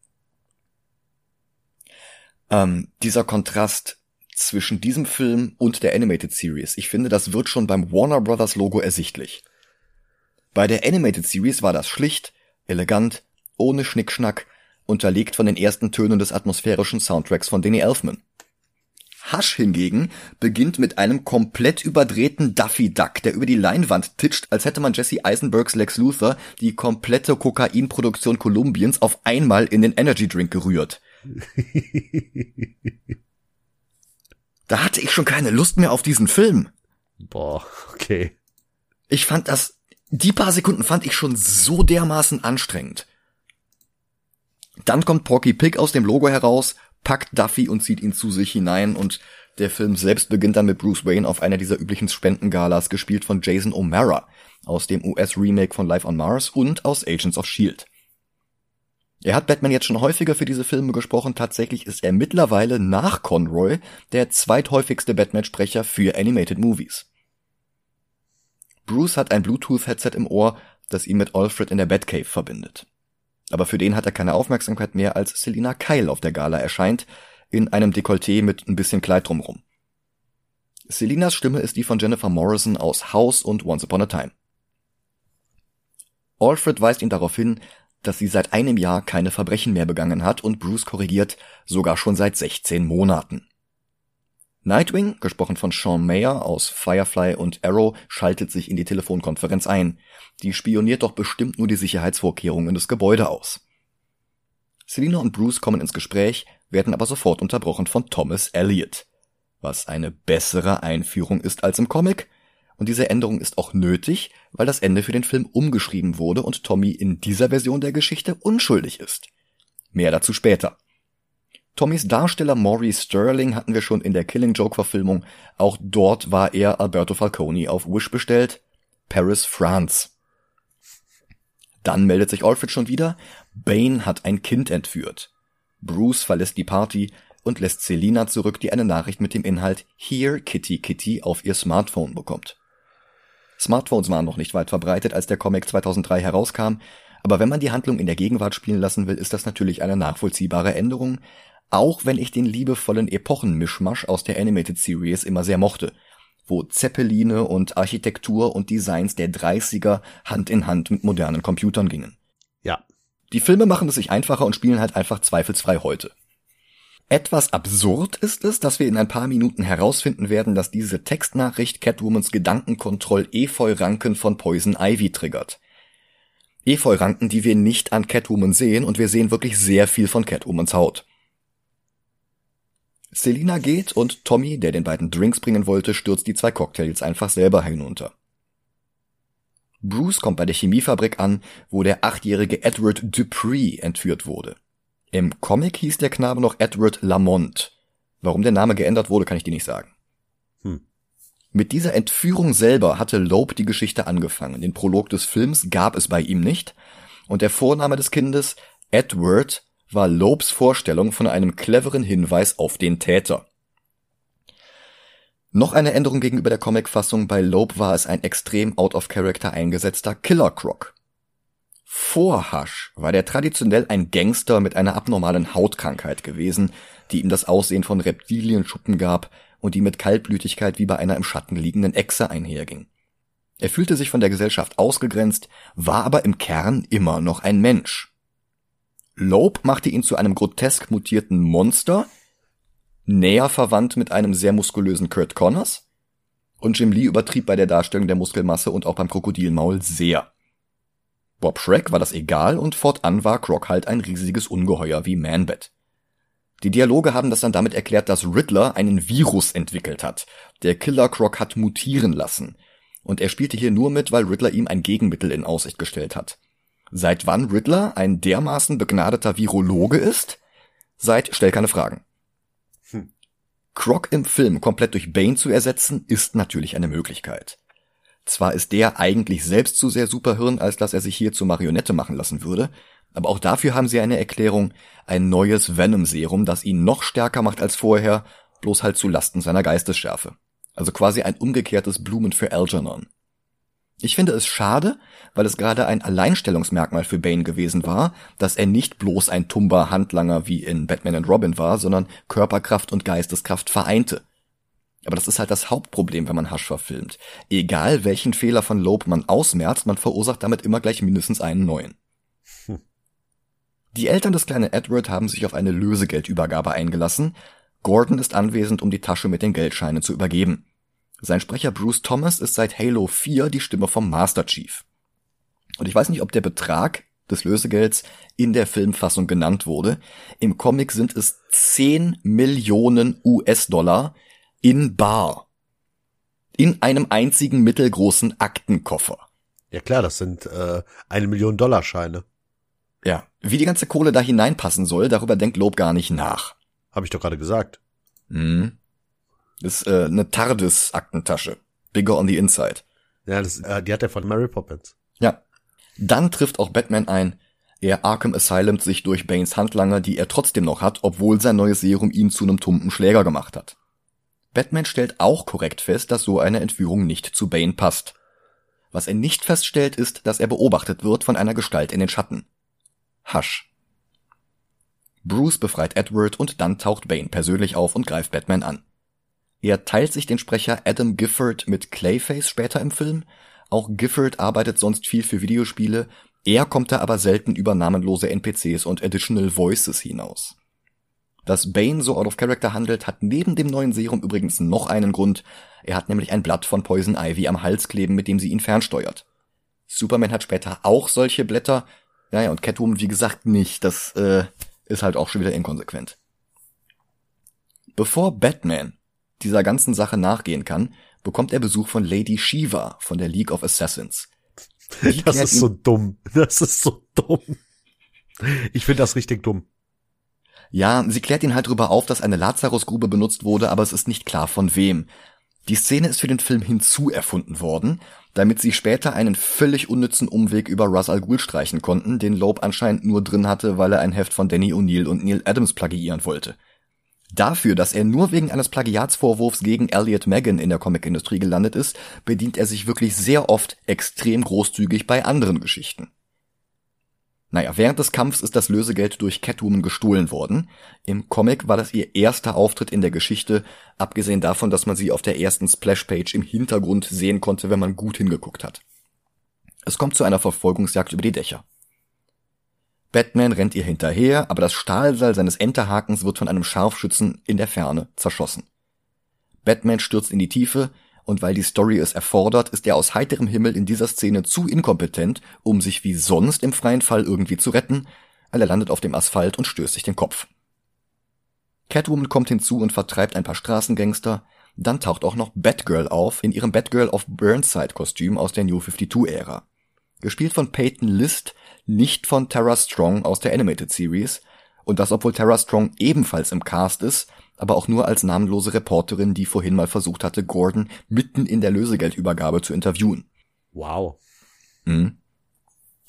Ähm, dieser Kontrast zwischen diesem Film und der Animated Series, ich finde, das wird schon beim Warner Brothers Logo ersichtlich. Bei der Animated Series war das schlicht, elegant, ohne Schnickschnack, unterlegt von den ersten Tönen des atmosphärischen Soundtracks von Danny Elfman. Hush hingegen beginnt mit einem komplett überdrehten Daffy Duck, der über die Leinwand titscht, als hätte man Jesse Eisenbergs Lex Luthor die komplette Kokainproduktion Kolumbiens auf einmal in den Energy Drink gerührt. Da hatte ich schon keine Lust mehr auf diesen Film. Boah, okay. Ich fand das, die paar Sekunden fand ich schon so dermaßen anstrengend. Dann kommt Porky Pig aus dem Logo heraus, packt Duffy und zieht ihn zu sich hinein, und der Film selbst beginnt dann mit Bruce Wayne auf einer dieser üblichen Spendengalas, gespielt von Jason O'Mara aus dem U S-Remake von Life on Mars und aus Agents of Shield. Er hat Batman jetzt schon häufiger für diese Filme gesprochen, tatsächlich ist er mittlerweile nach Conroy der zweithäufigste Batman-Sprecher für Animated Movies. Bruce hat ein Bluetooth-Headset im Ohr, das ihn mit Alfred in der Batcave verbindet. Aber für den hat er keine Aufmerksamkeit mehr, als Selina Kyle auf der Gala erscheint, in einem Dekolleté mit ein bisschen Kleid drumrum. Selinas Stimme ist die von Jennifer Morrison aus House und Once Upon a Time. Alfred weist ihn darauf hin, dass sie seit einem Jahr keine Verbrechen mehr begangen hat, und Bruce korrigiert, sogar schon seit sechzehn Monaten. Nightwing, gesprochen von Sean Mayer aus Firefly und Arrow, schaltet sich in die Telefonkonferenz ein. Die spioniert doch bestimmt nur die Sicherheitsvorkehrungen des Gebäudes aus. Selina und Bruce kommen ins Gespräch, werden aber sofort unterbrochen von Thomas Elliot, was eine bessere Einführung ist als im Comic, und diese Änderung ist auch nötig, weil das Ende für den Film umgeschrieben wurde und Tommy in dieser Version der Geschichte unschuldig ist. Mehr dazu später. Tommys Darsteller Maurice Sterling hatten wir schon in der Killing Joke-Verfilmung, auch dort war er Alberto Falcone auf Wish bestellt, Paris, France. Dann meldet sich Alfred schon wieder, Bane hat ein Kind entführt. Bruce verlässt die Party und lässt Selina zurück, die eine Nachricht mit dem Inhalt Here Kitty Kitty auf ihr Smartphone bekommt. Smartphones waren noch nicht weit verbreitet, als der Comic zweitausenddrei herauskam, aber wenn man die Handlung in der Gegenwart spielen lassen will, ist das natürlich eine nachvollziehbare Änderung, auch wenn ich den liebevollen Epochenmischmasch aus der Animated Series immer sehr mochte, wo Zeppeline und Architektur und Designs der dreißiger Hand in Hand mit modernen Computern gingen. Ja. Die Filme machen es sich einfacher und spielen halt einfach zweifelsfrei heute. Etwas absurd ist es, dass wir in ein paar Minuten herausfinden werden, dass diese Textnachricht Catwomans Gedankenkontroll-Efeu-Ranken von Poison Ivy triggert. Efeu-Ranken, die wir nicht an Catwoman sehen, und wir sehen wirklich sehr viel von Catwomans Haut. Selina geht und Tommy, der den beiden Drinks bringen wollte, stürzt die zwei Cocktails einfach selber hinunter. Bruce kommt bei der Chemiefabrik an, wo der achtjährige Edward Dupree entführt wurde. Im Comic hieß der Knabe noch Edward Lamont. Warum der Name geändert wurde, kann ich dir nicht sagen. Hm. Mit dieser Entführung selber hatte Loeb die Geschichte angefangen. Den Prolog des Films gab es bei ihm nicht. Und der Vorname des Kindes, Edward, war Lopes Vorstellung von einem cleveren Hinweis auf den Täter. Noch eine Änderung gegenüber der Comicfassung: bei Lope war es ein extrem out of character eingesetzter Killer Croc. Vor Hush war der traditionell ein Gangster mit einer abnormalen Hautkrankheit gewesen, die ihm das Aussehen von Reptilienschuppen gab und die mit Kaltblütigkeit wie bei einer im Schatten liegenden Echse einherging. Er fühlte sich von der Gesellschaft ausgegrenzt, war aber im Kern immer noch ein Mensch. Lope machte ihn zu einem grotesk mutierten Monster, näher verwandt mit einem sehr muskulösen Curt Connors, und Jim Lee übertrieb bei der Darstellung der Muskelmasse und auch beim Krokodilmaul sehr. Bob Schreck war das egal und fortan war Croc halt ein riesiges Ungeheuer wie Man-Bat. Die Dialoge haben das dann damit erklärt, dass Riddler einen Virus entwickelt hat. Der Killer Croc hat mutieren lassen. Und er spielte hier nur mit, weil Riddler ihm ein Gegenmittel in Aussicht gestellt hat. Seit wann Riddler ein dermaßen begnadeter Virologe ist? Seit Stell keine Fragen. Hm. Croc im Film komplett durch Bane zu ersetzen, ist natürlich eine Möglichkeit. Zwar ist der eigentlich selbst zu sehr Superhirn, als dass er sich hier zur Marionette machen lassen würde, aber auch dafür haben sie eine Erklärung: ein neues Venom-Serum, das ihn noch stärker macht als vorher, bloß halt zu Lasten seiner Geistesschärfe. Also quasi ein umgekehrtes Blumen für Algernon. Ich finde es schade, weil es gerade ein Alleinstellungsmerkmal für Bane gewesen war, dass er nicht bloß ein tumber Handlanger wie in Batman and Robin war, sondern Körperkraft und Geisteskraft vereinte. Aber das ist halt das Hauptproblem, wenn man Hush verfilmt. Egal welchen Fehler von Lope man ausmerzt, man verursacht damit immer gleich mindestens einen neuen. Hm. Die Eltern des kleinen Edward haben sich auf eine Lösegeldübergabe eingelassen. Gordon ist anwesend, um die Tasche mit den Geldscheinen zu übergeben. Sein Sprecher Bruce Thomas ist seit Halo vier die Stimme vom Master Chief. Und ich weiß nicht, ob der Betrag des Lösegelds in der Filmfassung genannt wurde. Im Comic sind es zehn Millionen U S-Dollar in bar. In einem einzigen mittelgroßen Aktenkoffer. Ja klar, das sind äh, eine Million Dollar Scheine. Ja, wie die ganze Kohle da hineinpassen soll, darüber denkt Lope gar nicht nach. Habe ich doch gerade gesagt. Mhm. Das ist äh, eine TARDIS-Aktentasche. Bigger on the inside. Ja, das, äh, die hat er von Mary Poppins. Ja. Dann trifft auch Batman ein. Er Arkham Asylumt sich durch Banes Handlanger, die er trotzdem noch hat, obwohl sein neues Serum ihn zu einem tumpen Schläger gemacht hat. Batman stellt auch korrekt fest, dass so eine Entführung nicht zu Bane passt. Was er nicht feststellt, ist, dass er beobachtet wird von einer Gestalt in den Schatten. Hush. Bruce befreit Edward und dann taucht Bane persönlich auf und greift Batman an. Er teilt sich den Sprecher Adam Gifford mit Clayface später im Film. Auch Gifford arbeitet sonst viel für Videospiele. Er kommt da aber selten über namenlose N P Cs und Additional Voices hinaus. Dass Bane so out of character handelt, hat neben dem neuen Serum übrigens noch einen Grund. Er hat nämlich ein Blatt von Poison Ivy am Hals kleben, mit dem sie ihn fernsteuert. Superman hat später auch solche Blätter. Naja, und Catwoman wie gesagt nicht. Das äh, ist halt auch schon wieder inkonsequent. Bevor Batman dieser ganzen Sache nachgehen kann, bekommt er Besuch von Lady Shiva von der League of Assassins. Die das ist so dumm. Das ist so dumm. Ich finde das richtig dumm. Ja, sie klärt ihn halt darüber auf, dass eine Lazarusgrube benutzt wurde, aber es ist nicht klar von wem. Die Szene ist für den Film hinzuerfunden worden, damit sie später einen völlig unnützen Umweg über Ra's al Ghul streichen konnten, den Lope anscheinend nur drin hatte, weil er ein Heft von Danny O'Neill und Neil Adams plagiieren wollte. Dafür, dass er nur wegen eines Plagiatsvorwurfs gegen Elliot Magan in der Comicindustrie gelandet ist, bedient er sich wirklich sehr oft extrem großzügig bei anderen Geschichten. Naja, während des Kampfs ist das Lösegeld durch Catwoman gestohlen worden. Im Comic war das ihr erster Auftritt in der Geschichte, abgesehen davon, dass man sie auf der ersten Splashpage im Hintergrund sehen konnte, wenn man gut hingeguckt hat. Es kommt zu einer Verfolgungsjagd über die Dächer. Batman rennt ihr hinterher, aber das Stahlseil seines Enterhakens wird von einem Scharfschützen in der Ferne zerschossen. Batman stürzt in die Tiefe, und weil die Story es erfordert, ist er aus heiterem Himmel in dieser Szene zu inkompetent, um sich wie sonst im freien Fall irgendwie zu retten. Er landet auf dem Asphalt und stößt sich den Kopf. Catwoman kommt hinzu und vertreibt ein paar Straßengangster. Dann taucht auch noch Batgirl auf, in ihrem Batgirl of Burnside-Kostüm aus der New fifty-two-Ära. Gespielt von Peyton List, nicht von Tara Strong aus der Animated Series. Und das, obwohl Tara Strong ebenfalls im Cast ist, aber auch nur als namenlose Reporterin, die vorhin mal versucht hatte, Gordon mitten in der Lösegeldübergabe zu interviewen. Wow. Mhm.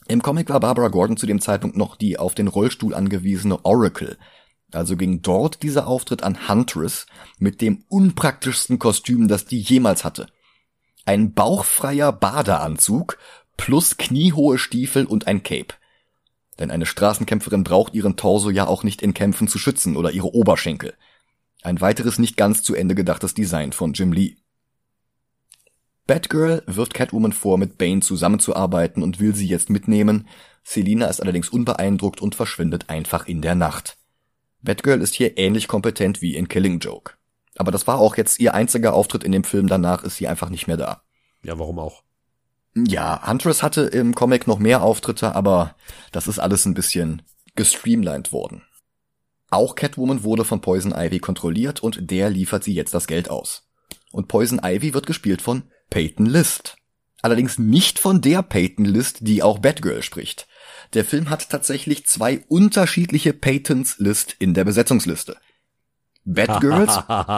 Im Comic war Barbara Gordon zu dem Zeitpunkt noch die auf den Rollstuhl angewiesene Oracle. Also ging dort dieser Auftritt an Huntress mit dem unpraktischsten Kostüm, das die jemals hatte. Ein bauchfreier Badeanzug plus kniehohe Stiefel und ein Cape. Denn eine Straßenkämpferin braucht ihren Torso ja auch nicht in Kämpfen zu schützen oder ihre Oberschenkel. Ein weiteres nicht ganz zu Ende gedachtes Design von Jim Lee. Batgirl wirft Catwoman vor, mit Bane zusammenzuarbeiten und will sie jetzt mitnehmen. Selina ist allerdings unbeeindruckt und verschwindet einfach in der Nacht. Batgirl ist hier ähnlich kompetent wie in Killing Joke. Aber das war auch jetzt ihr einziger Auftritt in dem Film, danach ist sie einfach nicht mehr da. Ja, warum auch? Ja, Huntress hatte im Comic noch mehr Auftritte, aber das ist alles ein bisschen gestreamlined worden. Auch Catwoman wurde von Poison Ivy kontrolliert und der liefert sie jetzt das Geld aus. Und Poison Ivy wird gespielt von Peyton List. Allerdings nicht von der Peyton List, die auch Batgirl spricht. Der Film hat tatsächlich zwei unterschiedliche Peytons List in der Besetzungsliste. Batgirls...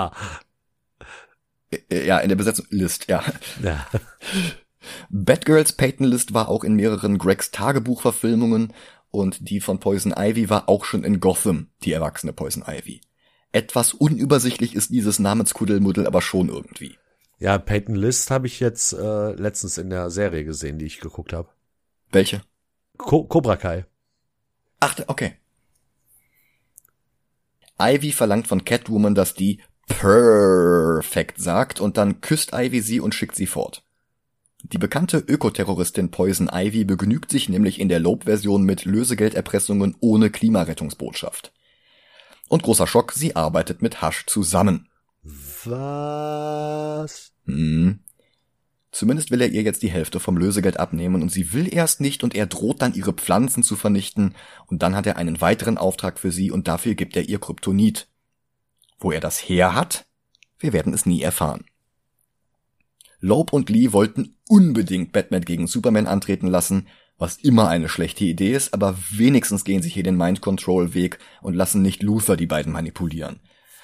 ja, in der Besetzungsliste, ja. ja. Batgirls Peyton List war auch in mehreren Gregs Tagebuchverfilmungen und die von Poison Ivy war auch schon in Gotham, die erwachsene Poison Ivy. Etwas unübersichtlich ist dieses Namenskuddelmuddel aber schon irgendwie. Ja, Peyton List habe ich jetzt äh, letztens in der Serie gesehen, die ich geguckt habe. Welche? Co- Cobra Kai. Ach, okay. Ivy verlangt von Catwoman, dass die perfekt sagt und dann küsst Ivy sie und schickt sie fort. Die bekannte Ökoterroristin Poison Ivy begnügt sich nämlich in der Loeb-Version mit Lösegelderpressungen ohne Klimarettungsbotschaft. Und großer Schock, sie arbeitet mit Hush zusammen. Was? Hm. Zumindest will er ihr jetzt die Hälfte vom Lösegeld abnehmen und sie will erst nicht und er droht dann ihre Pflanzen zu vernichten und dann hat er einen weiteren Auftrag für sie und dafür gibt er ihr Kryptonit. Wo er das her hat? Wir werden es nie erfahren. Loeb und Lee wollten unbedingt Batman gegen Superman antreten lassen, was immer eine schlechte Idee ist, aber wenigstens gehen sie hier den Mind-Control-Weg und lassen nicht Luthor die beiden manipulieren.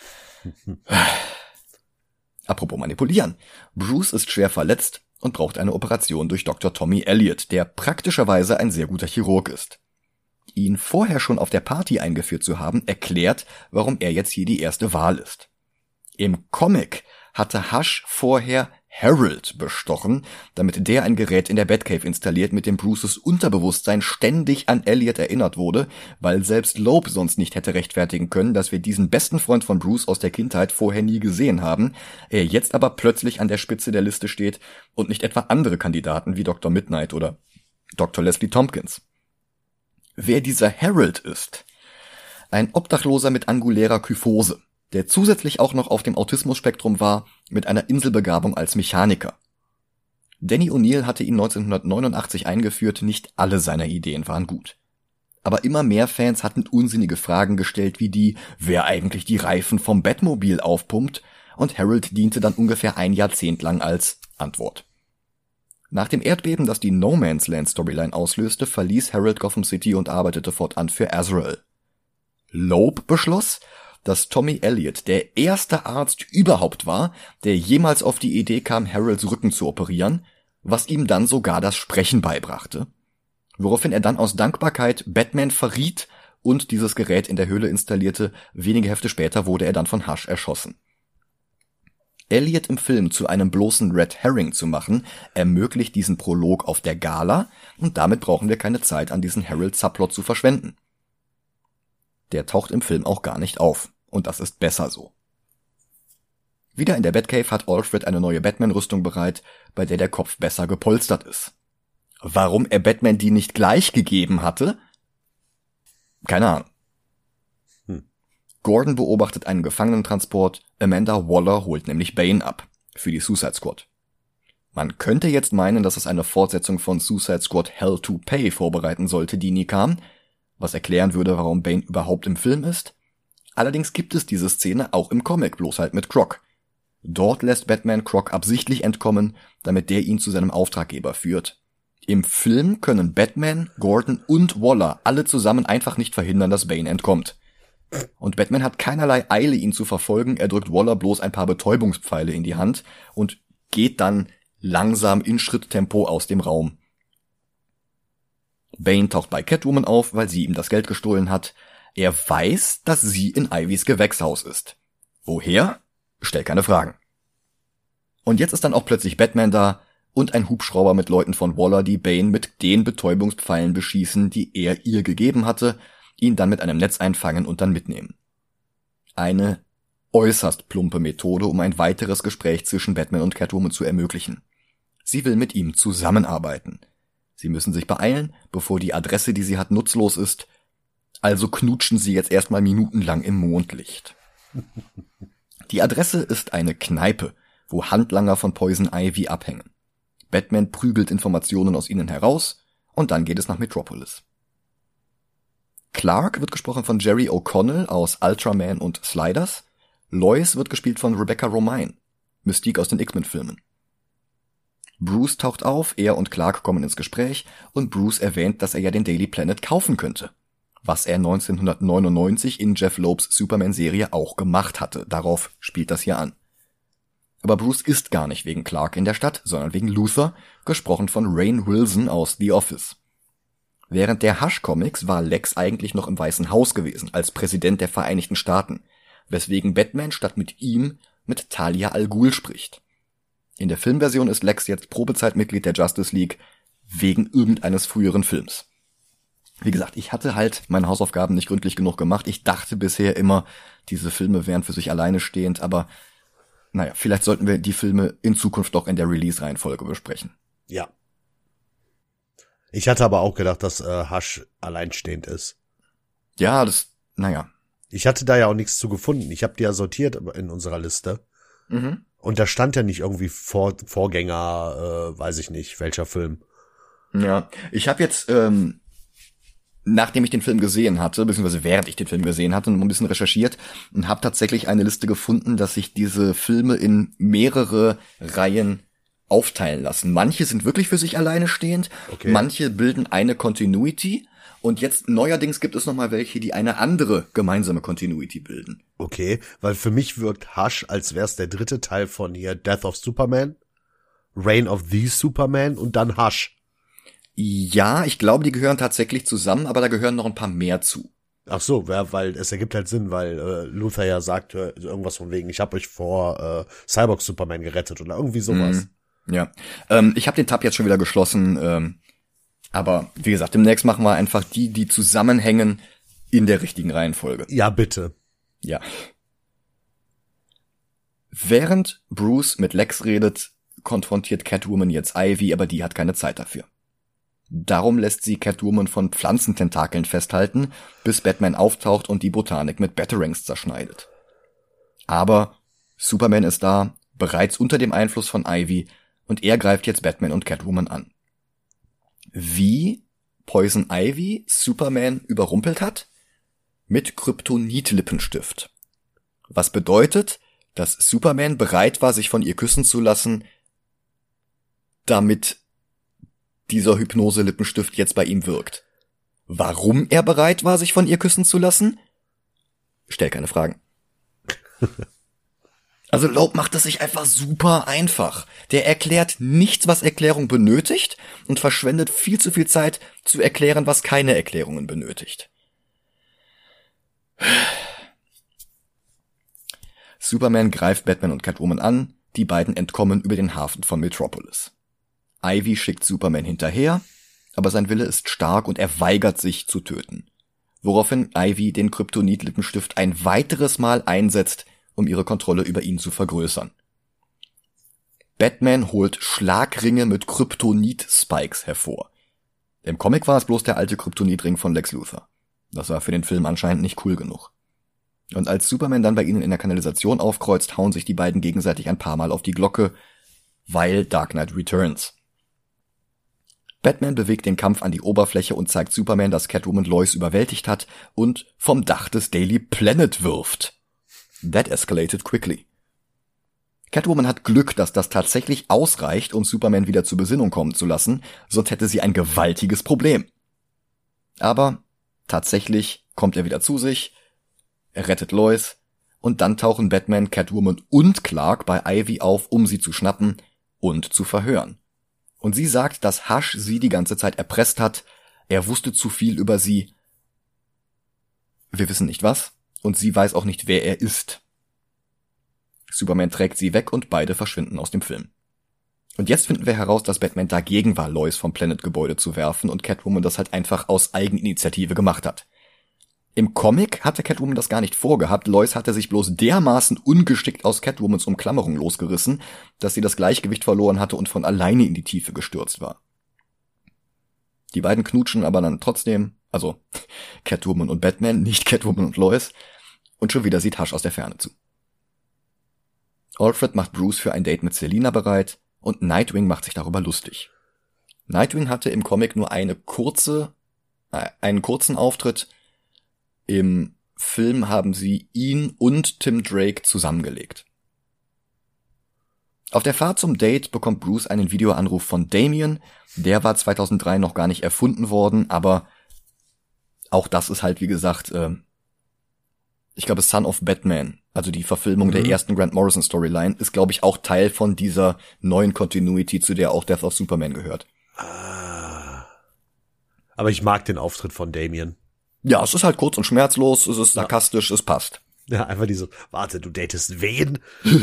Apropos manipulieren. Bruce ist schwer verletzt und braucht eine Operation durch Doktor Tommy Elliot, der praktischerweise ein sehr guter Chirurg ist. Ihn vorher schon auf der Party eingeführt zu haben, erklärt, warum er jetzt hier die erste Wahl ist. Im Comic hatte Hush vorher Harold bestochen, damit der ein Gerät in der Batcave installiert, mit dem Bruces Unterbewusstsein ständig an Elliot erinnert wurde, weil selbst Loeb sonst nicht hätte rechtfertigen können, dass wir diesen besten Freund von Bruce aus der Kindheit vorher nie gesehen haben, er jetzt aber plötzlich an der Spitze der Liste steht und nicht etwa andere Kandidaten wie Doktor Midnight oder Doktor Leslie Tompkins. Wer dieser Harold ist? Ein Obdachloser mit angulärer Kyphose, der zusätzlich auch noch auf dem Autismus-Spektrum war, mit einer Inselbegabung als Mechaniker. Danny O'Neill hatte ihn neunzehnhundertneunundachtzig eingeführt, nicht alle seiner Ideen waren gut. Aber immer mehr Fans hatten unsinnige Fragen gestellt, wie die, wer eigentlich die Reifen vom Batmobil aufpumpt, und Harold diente dann ungefähr ein Jahrzehnt lang als Antwort. Nach dem Erdbeben, das die No Man's Land Storyline auslöste, verließ Harold Gotham City und arbeitete fortan für Azrael. Loeb beschloss, dass Tommy Elliot der erste Arzt überhaupt war, der jemals auf die Idee kam, Harolds Rücken zu operieren, was ihm dann sogar das Sprechen beibrachte, woraufhin er dann aus Dankbarkeit Batman verriet und dieses Gerät in der Höhle installierte. Wenige Hefte später wurde er dann von Hush erschossen. Elliot im Film zu einem bloßen Red Herring zu machen, ermöglicht diesen Prolog auf der Gala und damit brauchen wir keine Zeit an diesen Harold-Subplot zu verschwenden. Der taucht im Film auch gar nicht auf. Und das ist besser so. Wieder in der Batcave hat Alfred eine neue Batman-Rüstung bereit, bei der der Kopf besser gepolstert ist. Warum er Batman die nicht gleich gegeben hatte? Keine Ahnung. Hm. Gordon beobachtet einen Gefangenentransport, Amanda Waller holt nämlich Bane ab, für die Suicide Squad. Man könnte jetzt meinen, dass es eine Fortsetzung von Suicide Squad Hell to Pay vorbereiten sollte, die nie kam, was erklären würde, warum Bane überhaupt im Film ist. Allerdings gibt es diese Szene auch im Comic, bloß halt mit Croc. Dort lässt Batman Croc absichtlich entkommen, damit der ihn zu seinem Auftraggeber führt. Im Film können Batman, Gordon und Waller alle zusammen einfach nicht verhindern, dass Bane entkommt. Und Batman hat keinerlei Eile, ihn zu verfolgen, er drückt Waller bloß ein paar Betäubungspfeile in die Hand und geht dann langsam in Schritttempo aus dem Raum. Bane taucht bei Catwoman auf, weil sie ihm das Geld gestohlen hat. Er weiß, dass sie in Ivys Gewächshaus ist. Woher? Stell keine Fragen. Und jetzt ist dann auch plötzlich Batman da und ein Hubschrauber mit Leuten von Waller, die Bane mit den Betäubungspfeilen beschießen, die er ihr gegeben hatte, ihn dann mit einem Netz einfangen und dann mitnehmen. Eine äußerst plumpe Methode, um ein weiteres Gespräch zwischen Batman und Catwoman zu ermöglichen. Sie will mit ihm zusammenarbeiten. Sie müssen sich beeilen, bevor die Adresse, die sie hat, nutzlos ist. Also knutschen sie jetzt erstmal minutenlang im Mondlicht. Die Adresse ist eine Kneipe, wo Handlanger von Poison Ivy abhängen. Batman prügelt Informationen aus ihnen heraus und dann geht es nach Metropolis. Clark wird gesprochen von Jerry O'Connell aus Ultraman und Sliders. Lois wird gespielt von Rebecca Romijn, Mystique aus den X-Men-Filmen. Bruce taucht auf, er und Clark kommen ins Gespräch und Bruce erwähnt, dass er ja den Daily Planet kaufen könnte. Was er neunzehnhundertneunundneunzig in Jeff Lobes Superman-Serie auch gemacht hatte. Darauf spielt das hier an. Aber Bruce ist gar nicht wegen Clark in der Stadt, sondern wegen Luthor, gesprochen von Rainn Wilson aus The Office. Während der Hush-Comics war Lex eigentlich noch im Weißen Haus gewesen, als Präsident der Vereinigten Staaten, weswegen Batman statt mit ihm mit Talia al Ghul spricht. In der Filmversion ist Lex jetzt Probezeitmitglied der Justice League wegen irgendeines früheren Films. Wie gesagt, ich hatte halt meine Hausaufgaben nicht gründlich genug gemacht. Ich dachte bisher immer, diese Filme wären für sich alleine stehend, aber naja, vielleicht sollten wir die Filme in Zukunft doch in der Release-Reihenfolge besprechen. Ja. Ich hatte aber auch gedacht, dass äh, Hush alleinstehend ist. Ja, das, naja. Ich hatte da ja auch nichts zu gefunden. Ich habe die ja sortiert in unserer Liste. Mhm. Und da stand ja nicht irgendwie Vor- Vorgänger, äh, weiß ich nicht, welcher Film. Ja, ich habe jetzt, ähm, nachdem ich den Film gesehen hatte, beziehungsweise während ich den Film gesehen hatte, noch ein bisschen recherchiert und habe tatsächlich eine Liste gefunden, dass sich diese Filme in mehrere Reihen aufteilen lassen. Manche sind wirklich für sich alleine stehend, okay. Manche bilden eine Continuity und jetzt neuerdings gibt es noch mal welche, die eine andere gemeinsame Continuity bilden. Okay, weil für mich wirkt Hush, als wär's der dritte Teil von hier Death of Superman, Reign of the Superman und dann Hush. Ja, ich glaube, die gehören tatsächlich zusammen, aber da gehören noch ein paar mehr zu. Ach so, ja, weil es ergibt halt Sinn, weil äh, Luthor ja sagt äh, irgendwas von wegen, ich habe euch vor äh, Cyborg Superman gerettet oder irgendwie sowas. Mm, ja, ähm, ich habe den Tab jetzt schon wieder geschlossen, ähm, aber wie gesagt, demnächst machen wir einfach die, die zusammenhängen in der richtigen Reihenfolge. Ja, bitte. Ja. Während Bruce mit Lex redet, konfrontiert Catwoman jetzt Ivy, aber die hat keine Zeit dafür. Darum lässt sie Catwoman von Pflanzententakeln festhalten, bis Batman auftaucht und die Botanik mit Batarangs zerschneidet. Aber Superman ist da, bereits unter dem Einfluss von Ivy, und er greift jetzt Batman und Catwoman an. Wie Poison Ivy Superman überrumpelt hat? Mit Kryptonit-Lippenstift. Was bedeutet, dass Superman bereit war, sich von ihr küssen zu lassen, damit dieser Hypnose-Lippenstift jetzt bei ihm wirkt. Warum er bereit war, sich von ihr küssen zu lassen? Stell keine Fragen. Also Loeb macht es sich einfach super einfach. Der erklärt nichts, was Erklärung benötigt und verschwendet viel zu viel Zeit zu erklären, was keine Erklärungen benötigt. Superman greift Batman und Catwoman an, die beiden entkommen über den Hafen von Metropolis. Ivy schickt Superman hinterher, aber sein Wille ist stark und er weigert sich zu töten. Woraufhin Ivy den Kryptonit-Lippenstift ein weiteres Mal einsetzt, um ihre Kontrolle über ihn zu vergrößern. Batman holt Schlagringe mit Kryptonit-Spikes hervor. Im Comic war es bloß der alte Kryptonitring von Lex Luthor. Das war für den Film anscheinend nicht cool genug. Und als Superman dann bei ihnen in der Kanalisation aufkreuzt, hauen sich die beiden gegenseitig ein paar Mal auf die Glocke, weil Dark Knight Returns. Batman bewegt den Kampf an die Oberfläche und zeigt Superman, dass Catwoman Lois überwältigt hat und vom Dach des Daily Planet wirft. That escalated quickly. Catwoman hat Glück, dass das tatsächlich ausreicht, um Superman wieder zur Besinnung kommen zu lassen, sonst hätte sie ein gewaltiges Problem. Aber tatsächlich kommt er wieder zu sich, er rettet Lois und dann tauchen Batman, Catwoman und Clark bei Ivy auf, um sie zu schnappen und zu verhören. Und sie sagt, dass Hush sie die ganze Zeit erpresst hat, Er wusste zu viel über sie. Wir wissen nicht was, und sie weiß auch nicht, wer er ist. Superman trägt sie weg und beide verschwinden aus dem Film. Und jetzt finden wir heraus, dass Batman dagegen war, Lois vom Planet-Gebäude zu werfen und Catwoman das halt einfach aus Eigeninitiative gemacht hat. Im Comic hatte Catwoman das gar nicht vorgehabt, Lois hatte sich bloß dermaßen ungeschickt aus Catwomans Umklammerung losgerissen, dass sie das Gleichgewicht verloren hatte und von alleine in die Tiefe gestürzt war. Die beiden knutschen aber dann trotzdem, also Catwoman und Batman, nicht Catwoman und Lois, und schon wieder sieht Hush aus der Ferne zu. Alfred macht Bruce für ein Date mit Selina bereit, und Nightwing macht sich darüber lustig. Nightwing hatte im Comic nur eine kurze, äh, einen kurzen Auftritt. Im Film haben sie ihn und Tim Drake zusammengelegt. Auf der Fahrt zum Date bekommt Bruce einen Videoanruf von Damian. Der war zweitausenddrei noch gar nicht erfunden worden, aber auch das ist halt, wie gesagt, äh, ich glaube, Son of Batman, also die Verfilmung mhm. der ersten Grant Morrison Storyline, ist, glaube ich, auch Teil von dieser neuen Continuity, zu der auch Death of Superman gehört. Ah. Aber ich mag den Auftritt von Damian. Ja, es ist halt kurz und schmerzlos, es ist sarkastisch, ja. Es passt. Ja, einfach diese, warte, du datest wen?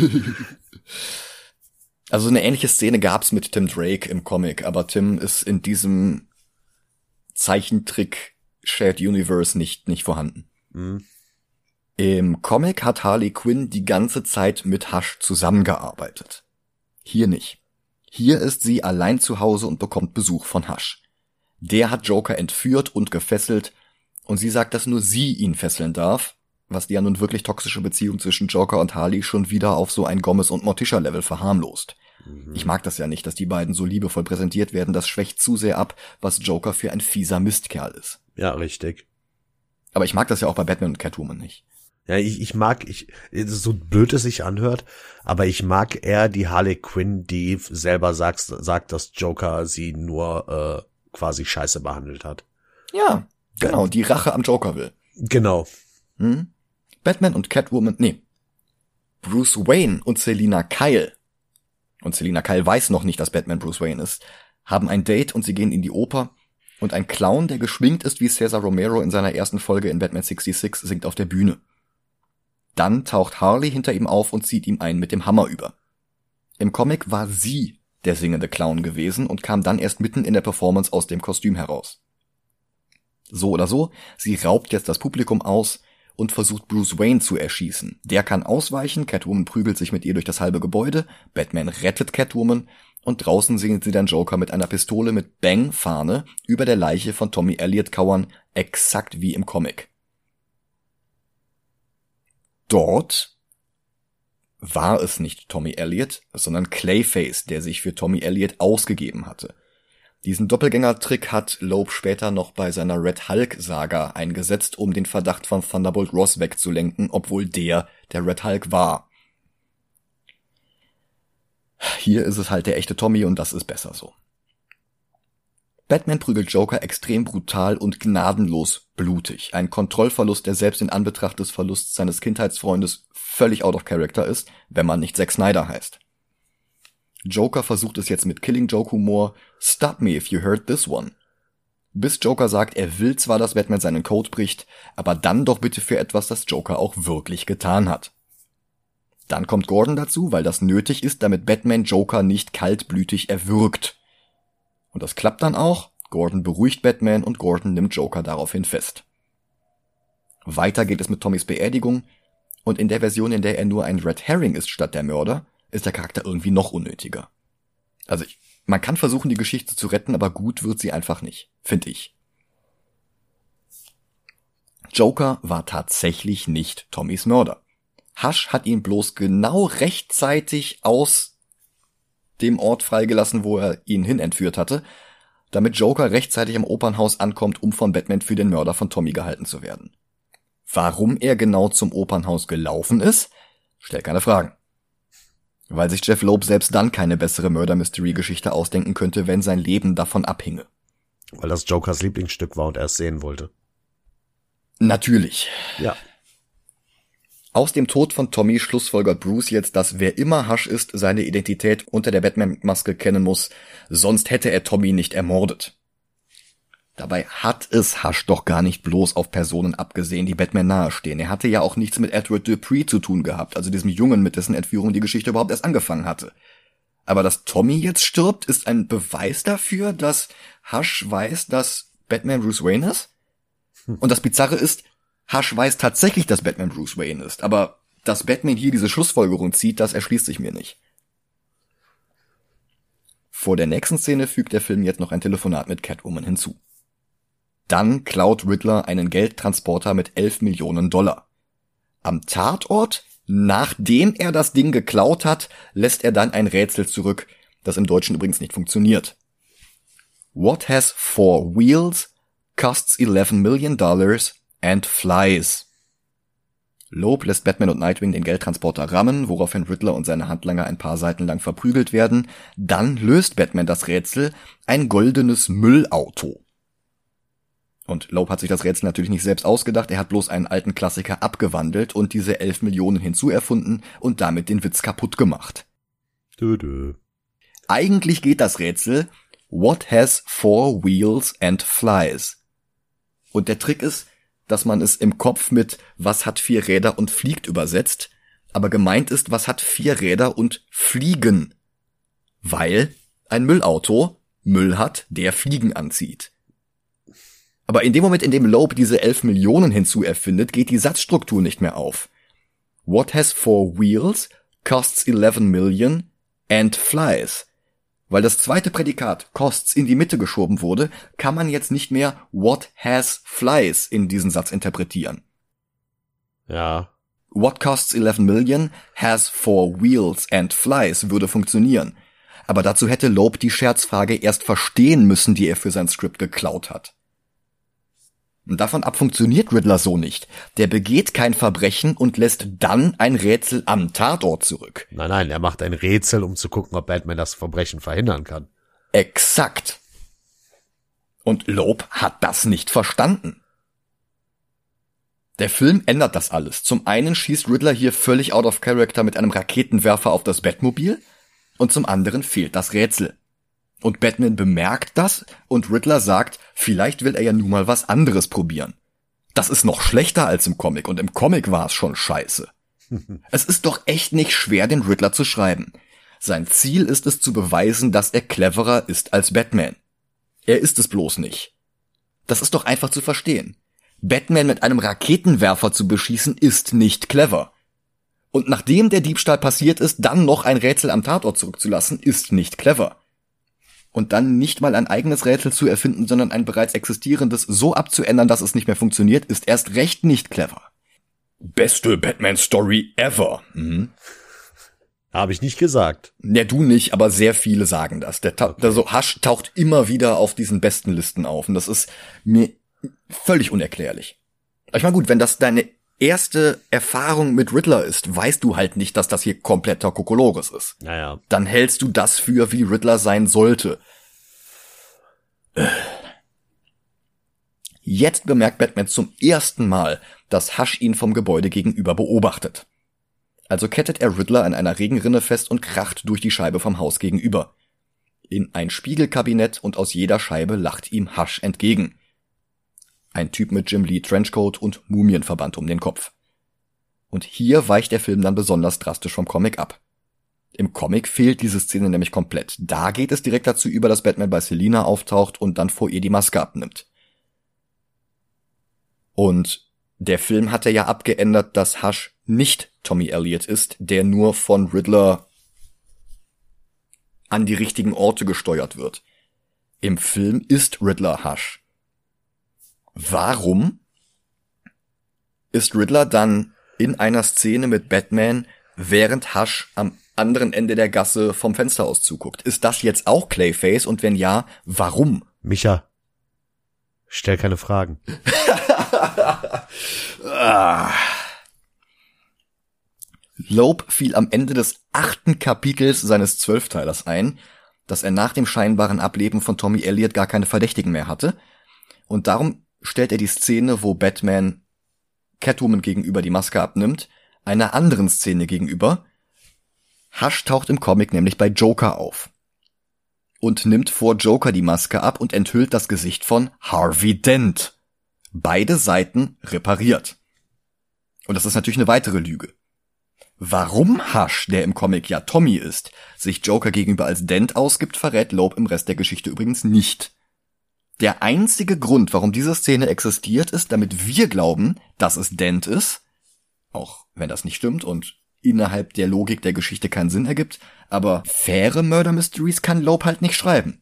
Also eine ähnliche Szene gab's mit Tim Drake im Comic, aber Tim ist in diesem Zeichentrick Shared Universe nicht, nicht vorhanden. Mhm. Im Comic hat Harley Quinn die ganze Zeit mit Hush zusammengearbeitet. Hier nicht. Hier ist sie allein zu Hause und bekommt Besuch von Hush. Der hat Joker entführt und gefesselt, und sie sagt, dass nur sie ihn fesseln darf, was die ja nun wirklich toxische Beziehung zwischen Joker und Harley schon wieder auf so ein Gomez- und Morticia-Level verharmlost. Mhm. Ich mag das ja nicht, dass die beiden so liebevoll präsentiert werden, das schwächt zu sehr ab, was Joker für ein fieser Mistkerl ist. Ja, richtig. Aber ich mag das ja auch bei Batman und Catwoman nicht. Ja, ich, ich mag, ich, so blöd es sich anhört, aber ich mag eher die Harley Quinn, die selber sagt, sagt, dass Joker sie nur äh, quasi scheiße behandelt hat. Ja, genau, die Rache am Joker will. Genau. Hm? Batman und Catwoman, nee. Bruce Wayne und Selina Kyle, und Selina Kyle weiß noch nicht, dass Batman Bruce Wayne ist, haben ein Date und sie gehen in die Oper, und ein Clown, der geschminkt ist wie Cesar Romero in seiner ersten Folge in Batman sechsundsechzig, singt auf der Bühne. Dann taucht Harley hinter ihm auf und zieht ihm einen mit dem Hammer über. Im Comic war sie der singende Clown gewesen und kam dann erst mitten in der Performance aus dem Kostüm heraus. So oder so, sie raubt jetzt das Publikum aus und versucht Bruce Wayne zu erschießen. Der kann ausweichen, Catwoman prügelt sich mit ihr durch das halbe Gebäude, Batman rettet Catwoman und draußen sehen sie dann Joker mit einer Pistole mit Bang-Fahne über der Leiche von Tommy Elliot kauern, exakt wie im Comic. Dort war es nicht Tommy Elliot, sondern Clayface, der sich für Tommy Elliot ausgegeben hatte. Diesen Doppelgänger-Trick hat Loeb später noch bei seiner Red Hulk-Saga eingesetzt, um den Verdacht von Thunderbolt Ross wegzulenken, obwohl der der Red Hulk war. Hier ist es halt der echte Tommy und das ist besser so. Batman prügelt Joker extrem brutal und gnadenlos blutig. Ein Kontrollverlust, der selbst in Anbetracht des Verlusts seines Kindheitsfreundes völlig out of character ist, wenn man nicht Zack Snyder heißt. Joker versucht es jetzt mit Killing-Joke-Humor, Stop me if you heard this one. Bis Joker sagt, er will zwar, dass Batman seinen Code bricht, aber dann doch bitte für etwas, das Joker auch wirklich getan hat. Dann kommt Gordon dazu, weil das nötig ist, damit Batman Joker nicht kaltblütig erwürgt. Und das klappt dann auch, Gordon beruhigt Batman und Gordon nimmt Joker daraufhin fest. Weiter geht es mit Tommys Beerdigung, und in der Version, in der er nur ein Red Herring ist statt der Mörder, ist der Charakter irgendwie noch unnötiger. Also ich, man kann versuchen, die Geschichte zu retten, aber gut wird sie einfach nicht, finde ich. Joker war tatsächlich nicht Tommys Mörder. Hush hat ihn bloß genau rechtzeitig aus dem Ort freigelassen, wo er ihn hin entführt hatte, damit Joker rechtzeitig am Opernhaus ankommt, um von Batman für den Mörder von Tommy gehalten zu werden. Warum er genau zum Opernhaus gelaufen ist, stellt keine Fragen. Weil sich Jeff Loeb selbst dann keine bessere Murder-Mystery-Geschichte ausdenken könnte, wenn sein Leben davon abhinge. Weil das Jokers Lieblingsstück war und er es sehen wollte. Natürlich. Ja. Aus dem Tod von Tommy schlussfolgert Bruce jetzt, dass wer immer Hush ist, seine Identität unter der Batman-Maske kennen muss, sonst hätte er Tommy nicht ermordet. Dabei hat es Hush doch gar nicht bloß auf Personen abgesehen, die Batman nahestehen. Er hatte ja auch nichts mit Edward Dupree zu tun gehabt, also diesem Jungen, mit dessen Entführung die Geschichte überhaupt erst angefangen hatte. Aber dass Tommy jetzt stirbt, ist ein Beweis dafür, dass Hush weiß, dass Batman Bruce Wayne ist? Und das Bizarre ist, Hush weiß tatsächlich, dass Batman Bruce Wayne ist, aber dass Batman hier diese Schlussfolgerung zieht, das erschließt sich mir nicht. Vor der nächsten Szene fügt der Film jetzt noch ein Telefonat mit Catwoman hinzu. Dann klaut Riddler einen Geldtransporter mit elf Millionen Dollar. Am Tatort, nachdem er das Ding geklaut hat, lässt er dann ein Rätsel zurück, das im Deutschen übrigens nicht funktioniert. What has four wheels, costs eleven million dollars and flies? Loeb lässt Batman und Nightwing den Geldtransporter rammen, woraufhin Riddler und seine Handlanger ein paar Seiten lang verprügelt werden. Dann löst Batman das Rätsel, ein goldenes Müllauto. Und Loeb hat sich das Rätsel natürlich nicht selbst ausgedacht, er hat bloß einen alten Klassiker abgewandelt und diese elf Millionen hinzuerfunden und damit den Witz kaputt gemacht. Dö, dö. Eigentlich geht das Rätsel, what has four wheels and flies? Und der Trick ist, dass man es im Kopf mit was hat vier Räder und fliegt übersetzt, aber gemeint ist, was hat vier Räder und fliegen? Weil ein Müllauto Müll hat, der Fliegen anzieht. Aber in dem Moment, in dem Loeb diese elf Millionen hinzuerfindet, geht die Satzstruktur nicht mehr auf. What has four wheels, costs eleven million and flies. Weil das zweite Prädikat costs in die Mitte geschoben wurde, kann man jetzt nicht mehr what has flies in diesen Satz interpretieren. Ja. What costs eleven million has four wheels and flies würde funktionieren. Aber dazu hätte Loeb die Scherzfrage erst verstehen müssen, die er für sein Skript geklaut hat. Und davon ab funktioniert Riddler so nicht. Der begeht kein Verbrechen und lässt dann ein Rätsel am Tatort zurück. Nein, nein, er macht ein Rätsel, um zu gucken, ob Batman das Verbrechen verhindern kann. Exakt. Und Loeb hat das nicht verstanden. Der Film ändert das alles. Zum einen schießt Riddler hier völlig out of character mit einem Raketenwerfer auf das Batmobil und zum anderen fehlt das Rätsel. Und Batman bemerkt das und Riddler sagt, vielleicht will er ja nun mal was anderes probieren. Das ist noch schlechter als im Comic und im Comic war es schon scheiße. Es ist doch echt nicht schwer, den Riddler zu schreiben. Sein Ziel ist es zu beweisen, dass er cleverer ist als Batman. Er ist es bloß nicht. Das ist doch einfach zu verstehen. Batman mit einem Raketenwerfer zu beschießen ist nicht clever. Und nachdem der Diebstahl passiert ist, dann noch ein Rätsel am Tatort zurückzulassen, ist nicht clever. Und dann nicht mal ein eigenes Rätsel zu erfinden, sondern ein bereits existierendes so abzuändern, dass es nicht mehr funktioniert, ist erst recht nicht clever. Beste Batman-Story ever. Mhm. Habe ich nicht gesagt. Ja, du nicht, aber sehr viele sagen das. Der, Ta- der so Hush taucht immer wieder auf diesen besten Listen auf. Und das ist mir völlig unerklärlich. Ich meine, gut, wenn das deine erste Erfahrung mit Riddler ist, weißt du halt nicht, dass das hier kompletter Kokolores ist. Naja. Dann hältst du das für, wie Riddler sein sollte. Jetzt bemerkt Batman zum ersten Mal, dass Hush ihn vom Gebäude gegenüber beobachtet. Also kettet er Riddler an einer Regenrinne fest und kracht durch die Scheibe vom Haus gegenüber. In ein Spiegelkabinett und aus jeder Scheibe lacht ihm Hush entgegen. Ein Typ mit Jim Lee Trenchcoat und Mumienverband um den Kopf. Und hier weicht der Film dann besonders drastisch vom Comic ab. Im Comic fehlt diese Szene nämlich komplett. Da geht es direkt dazu über, dass Batman bei Selina auftaucht und dann vor ihr die Maske abnimmt. Und der Film hatte ja abgeändert, dass Hush nicht Tommy Elliot ist, der nur von Riddler an die richtigen Orte gesteuert wird. Im Film ist Riddler Hush. Warum ist Riddler dann in einer Szene mit Batman, während Hush am anderen Ende der Gasse vom Fenster aus zuguckt? Ist das jetzt auch Clayface und wenn ja, warum? Micha, stell keine Fragen. Loeb fiel am Ende des achten Kapitels seines Zwölfteilers ein, dass er nach dem scheinbaren Ableben von Tommy Elliot gar keine Verdächtigen mehr hatte und darum stellt er die Szene, wo Batman Catwoman gegenüber die Maske abnimmt, einer anderen Szene gegenüber. Hush taucht im Comic nämlich bei Joker auf. und nimmt vor Joker die Maske ab und enthüllt das Gesicht von Harvey Dent. Beide Seiten repariert. Und das ist natürlich eine weitere Lüge. Warum Hush, der im Comic ja Tommy ist, sich Joker gegenüber als Dent ausgibt, verrät Loeb im Rest der Geschichte übrigens nicht. Der einzige Grund, warum diese Szene existiert, ist, damit wir glauben, dass es Dent ist, auch wenn das nicht stimmt und innerhalb der Logik der Geschichte keinen Sinn ergibt, aber faire Murder Mysteries kann Loeb halt nicht schreiben.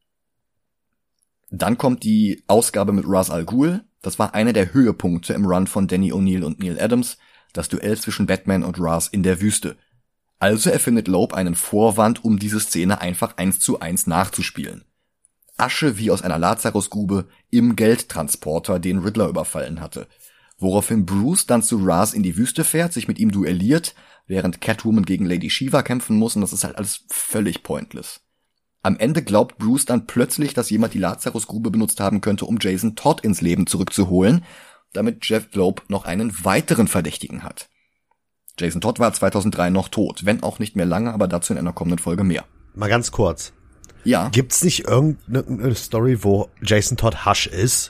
Dann kommt die Ausgabe mit Ra's al Ghul. Das war einer der Höhepunkte im Run von Danny O'Neill und Neil Adams, das Duell zwischen Batman und Ra's in der Wüste. Also erfindet Loeb einen Vorwand, um diese Szene einfach eins zu eins nachzuspielen. Asche wie aus einer Lazarusgrube im Geldtransporter, den Riddler überfallen hatte. Woraufhin Bruce dann zu Ra's in die Wüste fährt, sich mit ihm duelliert, während Catwoman gegen Lady Shiva kämpfen muss, und das ist halt alles völlig pointless. Am Ende glaubt Bruce dann plötzlich, dass jemand die Lazarusgrube benutzt haben könnte, um Jason Todd ins Leben zurückzuholen, damit Jeff Loeb noch einen weiteren Verdächtigen hat. Jason Todd war zweitausenddrei noch tot, wenn auch nicht mehr lange, aber dazu in einer kommenden Folge mehr. Mal ganz kurz. Ja. Gibt's nicht irgendeine Story, wo Jason Todd Hush ist?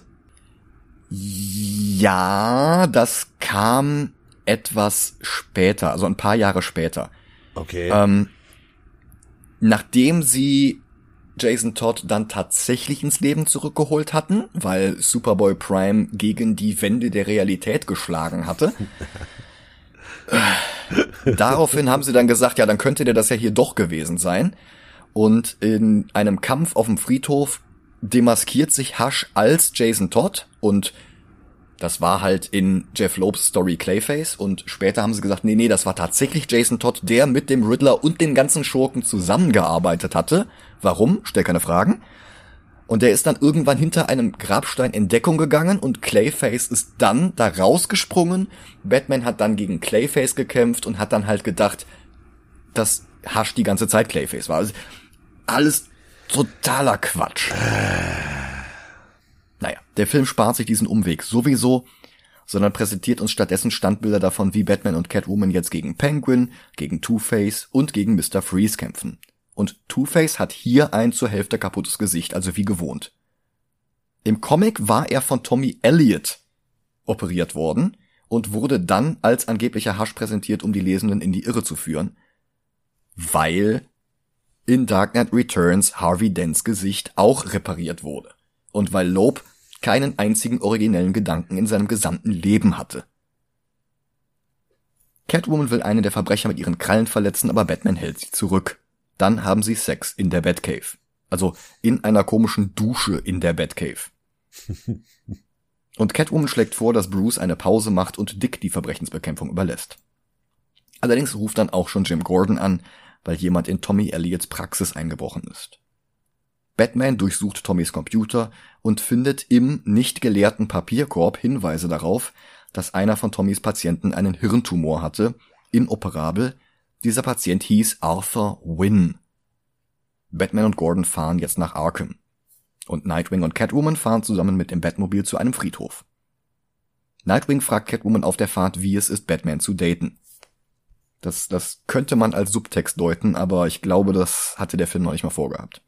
Ja, das kam etwas später, also ein paar Jahre später. Okay. Ähm, nachdem sie Jason Todd dann tatsächlich ins Leben zurückgeholt hatten, weil Superboy Prime gegen die Wände der Realität geschlagen hatte. Daraufhin haben sie dann gesagt, ja, dann könnte der das ja hier doch gewesen sein. Und in einem Kampf auf dem Friedhof demaskiert sich Hush als Jason Todd, und das war halt in Jeff Loebs Story Clayface, und später haben sie gesagt, nee, nee, das war tatsächlich Jason Todd, der mit dem Riddler und den ganzen Schurken zusammengearbeitet hatte. Warum? Stell keine Fragen. Und der ist dann irgendwann hinter einem Grabstein in Deckung gegangen und Clayface ist dann da rausgesprungen. Batman hat dann gegen Clayface gekämpft und hat dann halt gedacht, dass Hush die ganze Zeit Clayface war. Also alles totaler Quatsch. Naja, der Film spart sich diesen Umweg sowieso, sondern präsentiert uns stattdessen Standbilder davon, wie Batman und Catwoman jetzt gegen Penguin, gegen Two-Face und gegen Mister Freeze kämpfen. Und Two-Face hat hier ein zur Hälfte kaputtes Gesicht, also wie gewohnt. Im Comic war er von Tommy Elliot operiert worden und wurde dann als angeblicher Hush präsentiert, um die Lesenden in die Irre zu führen, weil in Dark Knight Returns Harvey Dents Gesicht auch repariert wurde. Und weil Loeb keinen einzigen originellen Gedanken in seinem gesamten Leben hatte. Catwoman will einen der Verbrecher mit ihren Krallen verletzen, aber Batman hält sie zurück. Dann haben sie Sex in der Batcave. Also in einer komischen Dusche in der Batcave. Und Catwoman schlägt vor, dass Bruce eine Pause macht und Dick die Verbrechensbekämpfung überlässt. Allerdings ruft dann auch schon Jim Gordon an, weil jemand in Tommy Elliots Praxis eingebrochen ist. Batman durchsucht Tommys Computer und findet im nicht geleerten Papierkorb Hinweise darauf, dass einer von Tommys Patienten einen Hirntumor hatte, inoperabel. Dieser Patient hieß Arthur Wynn. Batman und Gordon fahren jetzt nach Arkham. Und Nightwing und Catwoman fahren zusammen mit dem Batmobil zu einem Friedhof. Nightwing fragt Catwoman auf der Fahrt, wie es ist, Batman zu daten. Das, das könnte man als Subtext deuten, aber ich glaube, das hatte der Film noch nicht mal vorgehabt.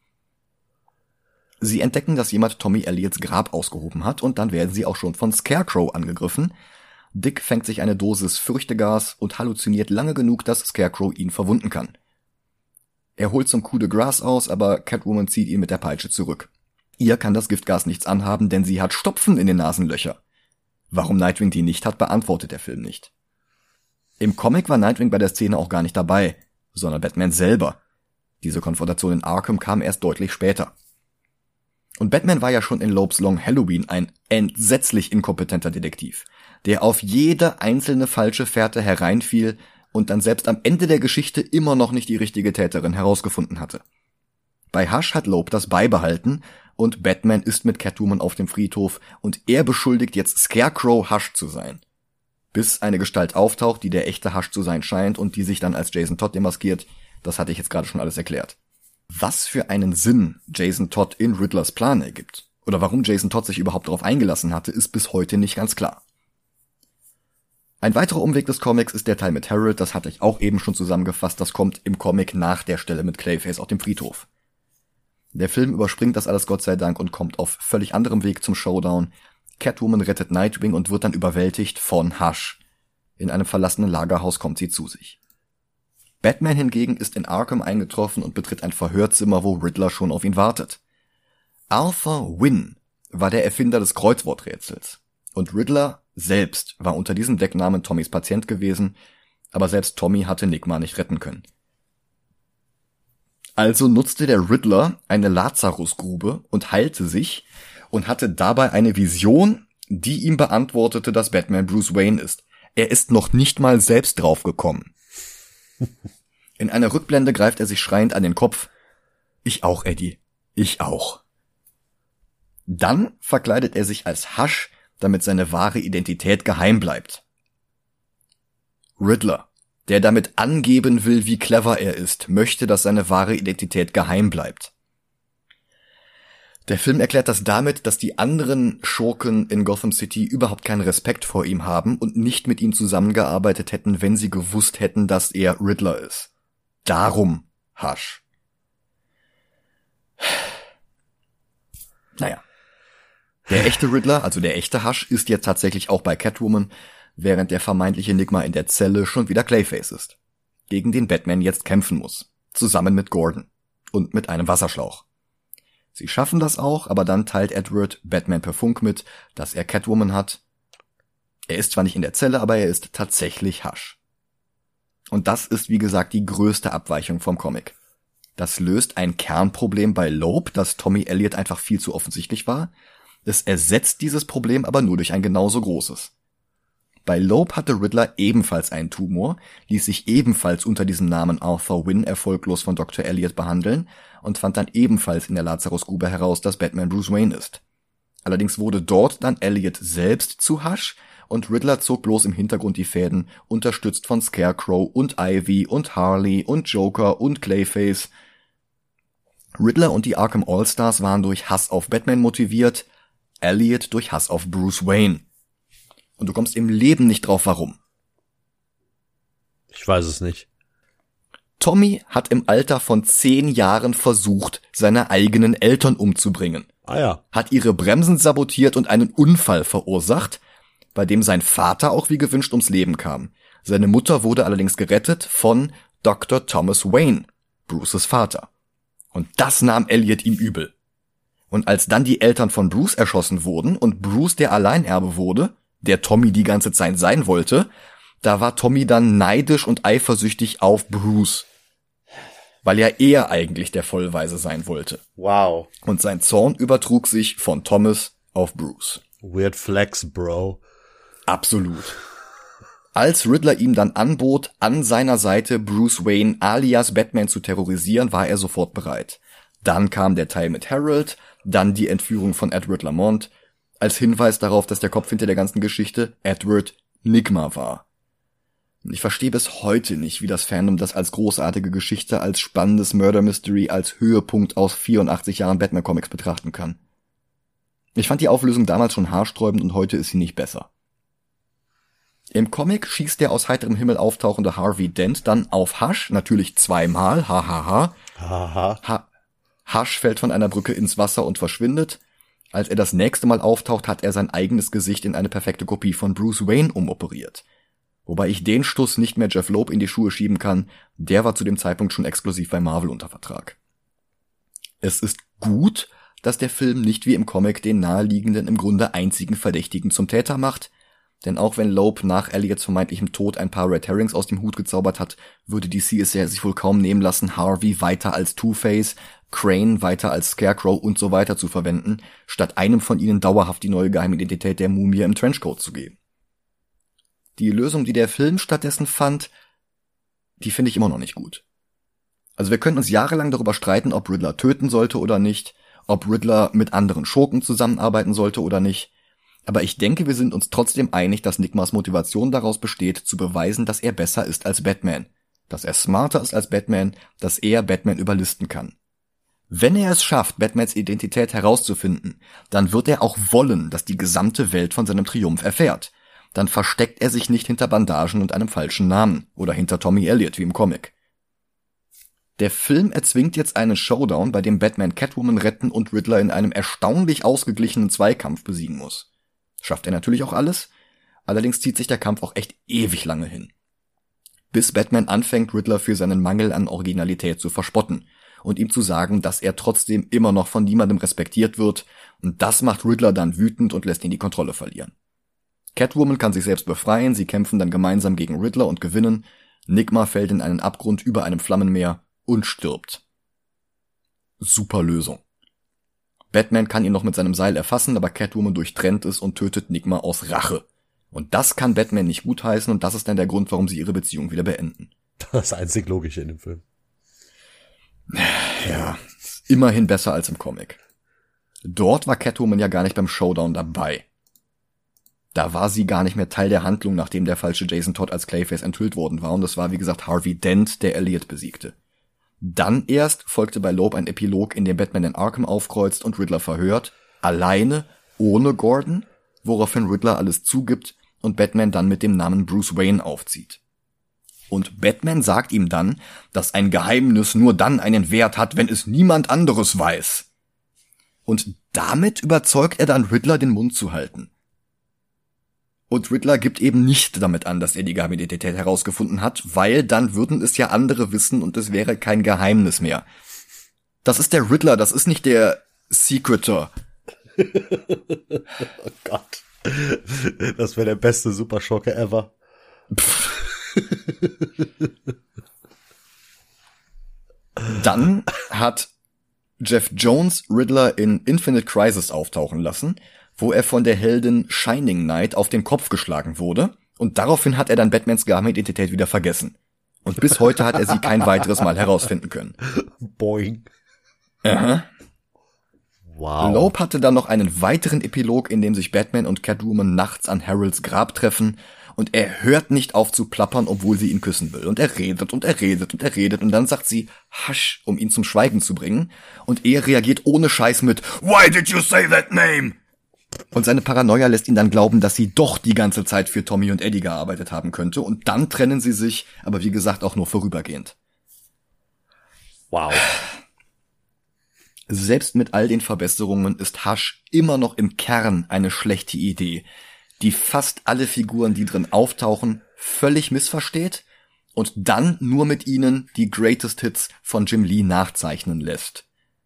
Sie entdecken, dass jemand Tommy Elliots Grab ausgehoben hat, und dann werden sie auch schon von Scarecrow angegriffen. Dick fängt sich eine Dosis Fürchtegas und halluziniert lange genug, dass Scarecrow ihn verwunden kann. Er holt zum Coup de Grâce aus, aber Catwoman zieht ihn mit der Peitsche zurück. Ihr kann das Giftgas nichts anhaben, denn sie hat Stopfen in den Nasenlöcher. Warum Nightwing die nicht hat, beantwortet der Film nicht. Im Comic war Nightwing bei der Szene auch gar nicht dabei, sondern Batman selber. Diese Konfrontation in Arkham kam erst deutlich später. Und Batman war ja schon in Loebs Long Halloween ein entsetzlich inkompetenter Detektiv, der auf jede einzelne falsche Fährte hereinfiel und dann selbst am Ende der Geschichte immer noch nicht die richtige Täterin herausgefunden hatte. Bei Hush hat Loeb das beibehalten und Batman ist mit Catwoman auf dem Friedhof und er beschuldigt jetzt Scarecrow, Hush zu sein. Bis eine Gestalt auftaucht, die der echte Hush zu sein scheint und die sich dann als Jason Todd demaskiert. Das hatte ich jetzt gerade schon alles erklärt. Was für einen Sinn Jason Todd in Riddlers Plan ergibt, oder warum Jason Todd sich überhaupt darauf eingelassen hatte, ist bis heute nicht ganz klar. Ein weiterer Umweg des Comics ist der Teil mit Harold, das hatte ich auch eben schon zusammengefasst, das kommt im Comic nach der Stelle mit Clayface auf dem Friedhof. Der Film überspringt das alles Gott sei Dank und kommt auf völlig anderem Weg zum Showdown. Catwoman rettet Nightwing und wird dann überwältigt von Hush. In einem verlassenen Lagerhaus kommt sie zu sich. Batman hingegen ist in Arkham eingetroffen und betritt ein Verhörzimmer, wo Riddler schon auf ihn wartet. Arthur Wynn war der Erfinder des Kreuzworträtsels. Und Riddler selbst war unter diesem Decknamen Tommys Patient gewesen, aber selbst Tommy hatte Nigma nicht retten können. Also nutzte der Riddler eine Lazarusgrube und heilte sich und hatte dabei eine Vision, die ihm beantwortete, dass Batman Bruce Wayne ist. Er ist noch nicht mal selbst draufgekommen. In einer Rückblende greift er sich schreiend an den Kopf. Ich auch, Eddie. Ich auch. Dann verkleidet er sich als Hush, damit seine wahre Identität geheim bleibt. Riddler, der damit angeben will, wie clever er ist, möchte, dass seine wahre Identität geheim bleibt. Der Film erklärt das damit, dass die anderen Schurken in Gotham City überhaupt keinen Respekt vor ihm haben und nicht mit ihm zusammengearbeitet hätten, wenn sie gewusst hätten, dass er Riddler ist. Darum Hush. Naja. Der echte Riddler, also der echte Hush, ist jetzt tatsächlich auch bei Catwoman, während der vermeintliche Enigma in der Zelle schon wieder Clayface ist, gegen den Batman jetzt kämpfen muss, zusammen mit Gordon und mit einem Wasserschlauch. Sie schaffen das auch, aber dann teilt Edward Batman per Funk mit, dass er Catwoman hat. Er ist zwar nicht in der Zelle, aber er ist tatsächlich Hush. Und das ist, wie gesagt, die größte Abweichung vom Comic. Das löst ein Kernproblem bei Loeb, das Tommy Elliot einfach viel zu offensichtlich war. Es ersetzt dieses Problem aber nur durch ein genauso großes. Bei Loeb hatte Riddler ebenfalls einen Tumor, ließ sich ebenfalls unter diesem Namen Arthur Wynn erfolglos von Doktor Elliot behandeln und fand dann ebenfalls in der Lazarusgrube heraus, dass Batman Bruce Wayne ist. Allerdings wurde dort dann Elliot selbst zu Hush und Riddler zog bloß im Hintergrund die Fäden, unterstützt von Scarecrow und Ivy und Harley und Joker und Clayface. Riddler und die Arkham All-Stars waren durch Hass auf Batman motiviert, Elliot durch Hass auf Bruce Wayne. Und du kommst im Leben nicht drauf, warum. Ich weiß es nicht. Tommy hat im Alter von zehn Jahren versucht, seine eigenen Eltern umzubringen. Ah ja. Hat ihre Bremsen sabotiert und einen Unfall verursacht, bei dem sein Vater auch wie gewünscht ums Leben kam. Seine Mutter wurde allerdings gerettet von Doktor Thomas Wayne, Bruces Vater. Und das nahm Elliot ihm übel. Und als dann die Eltern von Bruce erschossen wurden und Bruce der Alleinerbe wurde, der Tommy die ganze Zeit sein wollte, da war Tommy dann neidisch und eifersüchtig auf Bruce. Weil ja er eigentlich der Vollweise sein wollte. Wow. Und sein Zorn übertrug sich von Thomas auf Bruce. Weird flex, bro. Absolut. Als Riddler ihm dann anbot, an seiner Seite Bruce Wayne alias Batman zu terrorisieren, war er sofort bereit. Dann kam der Teil mit Harold, dann die Entführung von Edward Lamont, als Hinweis darauf, dass der Kopf hinter der ganzen Geschichte Edward Nigma war. Und ich verstehe bis heute nicht, wie das Fandom das als großartige Geschichte, als spannendes Murder Mystery, als Höhepunkt aus vierundachtzig Jahren Batman-Comics betrachten kann. Ich fand die Auflösung damals schon haarsträubend und heute ist sie nicht besser. Im Comic schießt der aus heiterem Himmel auftauchende Harvey Dent dann auf Hush, natürlich zweimal, hahaha. Haha. Ha- Hush fällt von einer Brücke ins Wasser und verschwindet. Als er das nächste Mal auftaucht, hat er sein eigenes Gesicht in eine perfekte Kopie von Bruce Wayne umoperiert. Wobei ich den Stuss nicht mehr Jeff Loeb in die Schuhe schieben kann, der war zu dem Zeitpunkt schon exklusiv bei Marvel unter Vertrag. Es ist gut, dass der Film nicht wie im Comic den naheliegenden, im Grunde einzigen Verdächtigen zum Täter macht, denn auch wenn Loeb nach Elliots vermeintlichem Tod ein paar Red Herrings aus dem Hut gezaubert hat, würde D C es ja sich wohl kaum nehmen lassen, Harvey weiter als Two-Face, Crane weiter als Scarecrow und so weiter zu verwenden, statt einem von ihnen dauerhaft die neue Geheimidentität der Mumie im Trenchcoat zu geben. Die Lösung, die der Film stattdessen fand, die finde ich immer noch nicht gut. Also wir können uns jahrelang darüber streiten, ob Riddler töten sollte oder nicht, ob Riddler mit anderen Schurken zusammenarbeiten sollte oder nicht, aber ich denke, wir sind uns trotzdem einig, dass Nigmas Motivation daraus besteht, zu beweisen, dass er besser ist als Batman, dass er smarter ist als Batman, dass er Batman überlisten kann. Wenn er es schafft, Batmans Identität herauszufinden, dann wird er auch wollen, dass die gesamte Welt von seinem Triumph erfährt. Dann versteckt er sich nicht hinter Bandagen und einem falschen Namen oder hinter Tommy Elliot wie im Comic. Der Film erzwingt jetzt einen Showdown, bei dem Batman Catwoman retten und Riddler in einem erstaunlich ausgeglichenen Zweikampf besiegen muss. Schafft er natürlich auch alles, allerdings zieht sich der Kampf auch echt ewig lange hin. Bis Batman anfängt, Riddler für seinen Mangel an Originalität zu verspotten und ihm zu sagen, dass er trotzdem immer noch von niemandem respektiert wird, und das macht Riddler dann wütend und lässt ihn die Kontrolle verlieren. Catwoman kann sich selbst befreien, sie kämpfen dann gemeinsam gegen Riddler und gewinnen. Nigma fällt in einen Abgrund über einem Flammenmeer und stirbt. Super Lösung. Batman kann ihn noch mit seinem Seil erfassen, aber Catwoman durchtrennt es und tötet Nigma aus Rache. Und das kann Batman nicht gutheißen, und das ist dann der Grund, warum sie ihre Beziehung wieder beenden. Das einzig Logische in dem Film. Ja, immerhin besser als im Comic. Dort war Catwoman ja gar nicht beim Showdown dabei. Da war sie gar nicht mehr Teil der Handlung, nachdem der falsche Jason Todd als Clayface enthüllt worden war, und es war wie gesagt Harvey Dent, der Elliot besiegte. Dann erst folgte bei Loeb ein Epilog, in dem Batman in Arkham aufkreuzt und Riddler verhört, alleine, ohne Gordon, woraufhin Riddler alles zugibt und Batman dann mit dem Namen Bruce Wayne aufzieht. Und Batman sagt ihm dann, dass ein Geheimnis nur dann einen Wert hat, wenn es niemand anderes weiß. Und damit überzeugt er dann Riddler, den Mund zu halten. Und Riddler gibt eben nicht damit an, dass er die Geheimidentität herausgefunden hat, weil dann würden es ja andere wissen und es wäre kein Geheimnis mehr. Das ist der Riddler, das ist nicht der Secretor. Oh Gott. Das wäre der beste Superschurke ever. Dann hat Jeff Jones Riddler in Infinite Crisis auftauchen lassen, wo er von der Heldin Shining Knight auf den Kopf geschlagen wurde, und daraufhin hat er dann Batmans Geheimidentität wieder vergessen. Und bis heute hat er sie kein weiteres Mal herausfinden können. Boing. Aha. Wow. Loeb hatte dann noch einen weiteren Epilog, in dem sich Batman und Catwoman nachts an Harolds Grab treffen, und er hört nicht auf zu plappern, obwohl sie ihn küssen will. Und er redet und er redet und er redet, und dann sagt sie Hush, um ihn zum Schweigen zu bringen, und er reagiert ohne Scheiß mit Why did you say that name? Und seine Paranoia lässt ihn dann glauben, dass sie doch die ganze Zeit für Tommy und Eddie gearbeitet haben könnte, und dann trennen sie sich, aber wie gesagt auch nur vorübergehend. Wow. Selbst mit all den Verbesserungen ist Hush immer noch im Kern eine schlechte Idee, die fast alle Figuren, die drin auftauchen, völlig missversteht und dann nur mit ihnen die Greatest Hits von Jim Lee nachzeichnen lässt.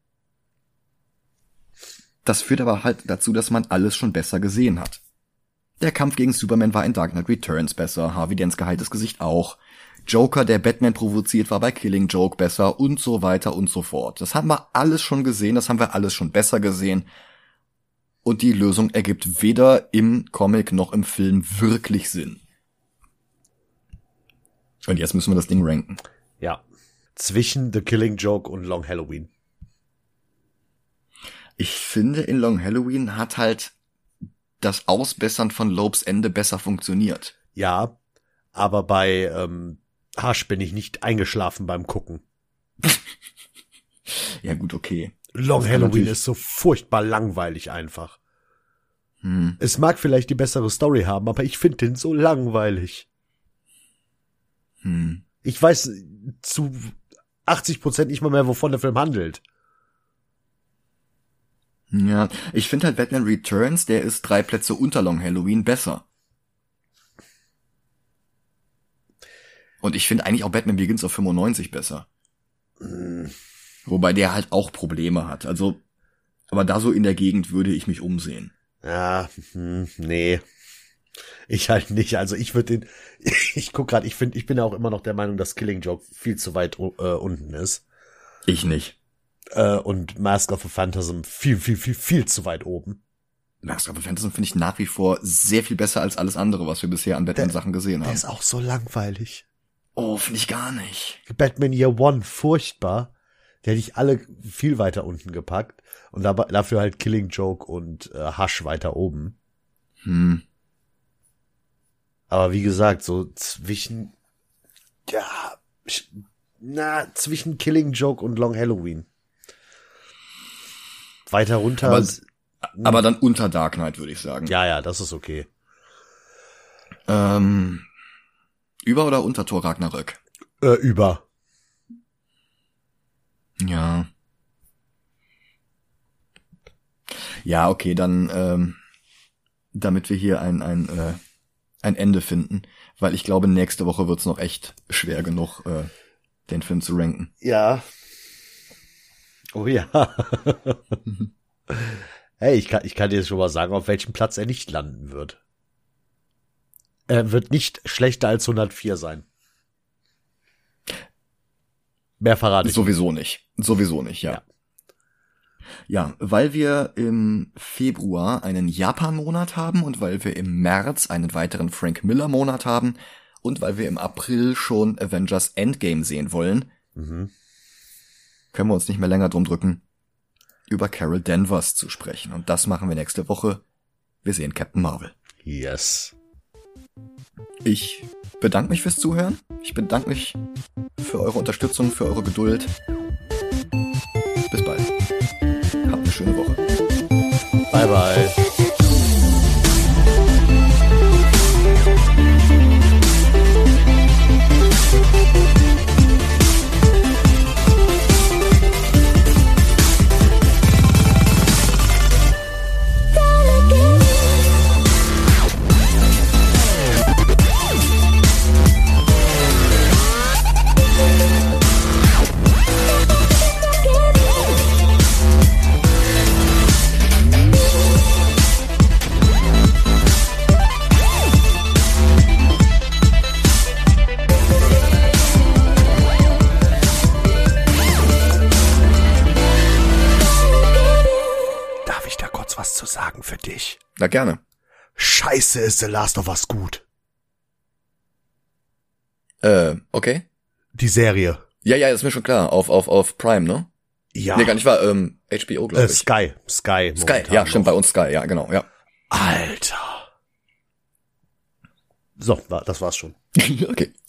Das führt aber halt dazu, dass man alles schon besser gesehen hat. Der Kampf gegen Superman war in Dark Knight Returns besser, Harvey Dents geheiltes Gesicht auch. Joker, der Batman provoziert, war bei Killing Joke besser und so weiter und so fort. Das haben wir alles schon gesehen, das haben wir alles schon besser gesehen. Und die Lösung ergibt weder im Comic noch im Film wirklich Sinn. Und jetzt müssen wir das Ding ranken. Ja. Zwischen The Killing Joke und Long Halloween. Ich finde, in Long Halloween hat halt das Ausbessern von Loebs Ende besser funktioniert. Ja, aber bei ähm, Hush bin ich nicht eingeschlafen beim Gucken. Ja gut, okay. Long Halloween ist so furchtbar langweilig einfach. Hm. Es mag vielleicht die bessere Story haben, aber ich finde den so langweilig. Hm. Ich weiß zu achtzig Prozent nicht mal mehr, wovon der Film handelt. Ja, ich finde halt Batman Returns, der ist drei Plätze unter Long Halloween besser. Und ich finde eigentlich auch Batman Begins auf fünfundneunzig besser. Mm. Wobei der halt auch Probleme hat. Also, aber da so in der Gegend würde ich mich umsehen. Ja, hm, nee. Ich halt nicht. Also ich würde den, ich guck gerade, ich finde, ich bin ja auch immer noch der Meinung, dass Killing Joke viel zu weit äh, unten ist. Ich nicht. Äh, und Mask of a Phantasm viel, viel, viel, viel zu weit oben. Mask of a Phantasm finde ich nach wie vor sehr viel besser als alles andere, was wir bisher an Batman-Sachen gesehen haben. Der ist auch so langweilig. Oh, finde ich gar nicht. Batman Year One, furchtbar. Der hätte ich alle viel weiter unten gepackt. Und dabei, dafür halt Killing Joke und äh, Hush weiter oben. Hm. Aber wie gesagt, so zwischen, ja, na, zwischen Killing Joke und Long Halloween. Weiter runter. Aber, aber dann unter Dark Knight, würde ich sagen. Ja, ja, das ist okay. Ähm, über oder unter Thor Ragnarök? Äh, über. Ja. Ja, okay, dann, ähm, damit wir hier ein, ein, äh, ein Ende finden, weil ich glaube, nächste Woche wird's noch echt schwer genug, äh, den Film zu ranken. Ja. Oh ja. Hey, ich kann, ich kann dir schon mal sagen, auf welchem Platz er nicht landen wird. Er wird nicht schlechter als hundertvier sein. Mehr verrate ich Sowieso nicht. Sowieso nicht, ja. Ja. Ja, weil wir im Februar einen Japan-Monat haben und weil wir im März einen weiteren Frank Miller-Monat haben und weil wir im April schon Avengers Endgame sehen wollen, Mhm. können wir uns nicht mehr länger drum drücken, über Carol Danvers zu sprechen. Und das machen wir nächste Woche. Wir sehen Captain Marvel. Yes. Ich bedanke mich fürs Zuhören. Ich bedanke mich für eure Unterstützung, für eure Geduld. Bis bald. Habt eine schöne Woche. Bye, bye. Darf ich da kurz was zu sagen für dich? Na gerne. Scheiße, ist The Last of Us gut. Äh, okay. Die Serie. Ja, ja, ist mir schon klar. Auf, auf, auf Prime, ne? Ja. Nee, gar nicht wahr. Ähm, H B O, glaube äh, ich. Sky. Sky. Sky, momentan ja, stimmt, noch. bei uns Sky, ja, genau, ja. Alter. So, war- das war's schon. Okay.